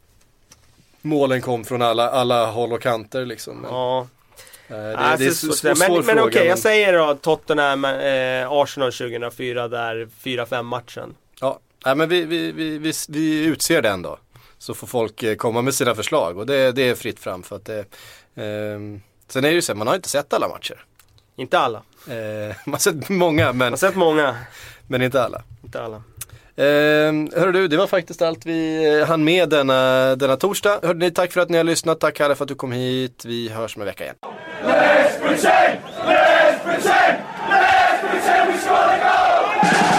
Speaker 3: målen kom från alla, alla håll och kanter liksom. Men,
Speaker 4: Ja.
Speaker 3: eh, det,
Speaker 4: Alltså,
Speaker 3: det är
Speaker 4: så-
Speaker 3: så,
Speaker 4: så-
Speaker 3: svår
Speaker 4: men men
Speaker 3: fråga,
Speaker 4: okej, jag
Speaker 3: men-
Speaker 4: säger då Tottenham, eh, Arsenal tjugohundrafyra där fyra fem matchen.
Speaker 3: Ja, nej, men vi, vi, vi, vi, vi utser den då. Så får folk eh, komma med sina förslag, och det, det är fritt fram för att det, ehm, sen är det ju så, man har inte sett alla matcher.
Speaker 4: Inte alla.
Speaker 3: Eh, man har sett många,
Speaker 4: Jag
Speaker 3: men,
Speaker 4: har sett många.
Speaker 3: men inte alla.
Speaker 4: Inte alla.
Speaker 3: Eh, hörru du, det var faktiskt allt vi eh, hann med denna, denna torsdag. Hörde ni, tack för att ni har lyssnat, tack Kalle för att du kom hit. Vi hörs om en vecka igen.
Speaker 2: Let's pretend! Let's pretend! Let's pretend we score the goal!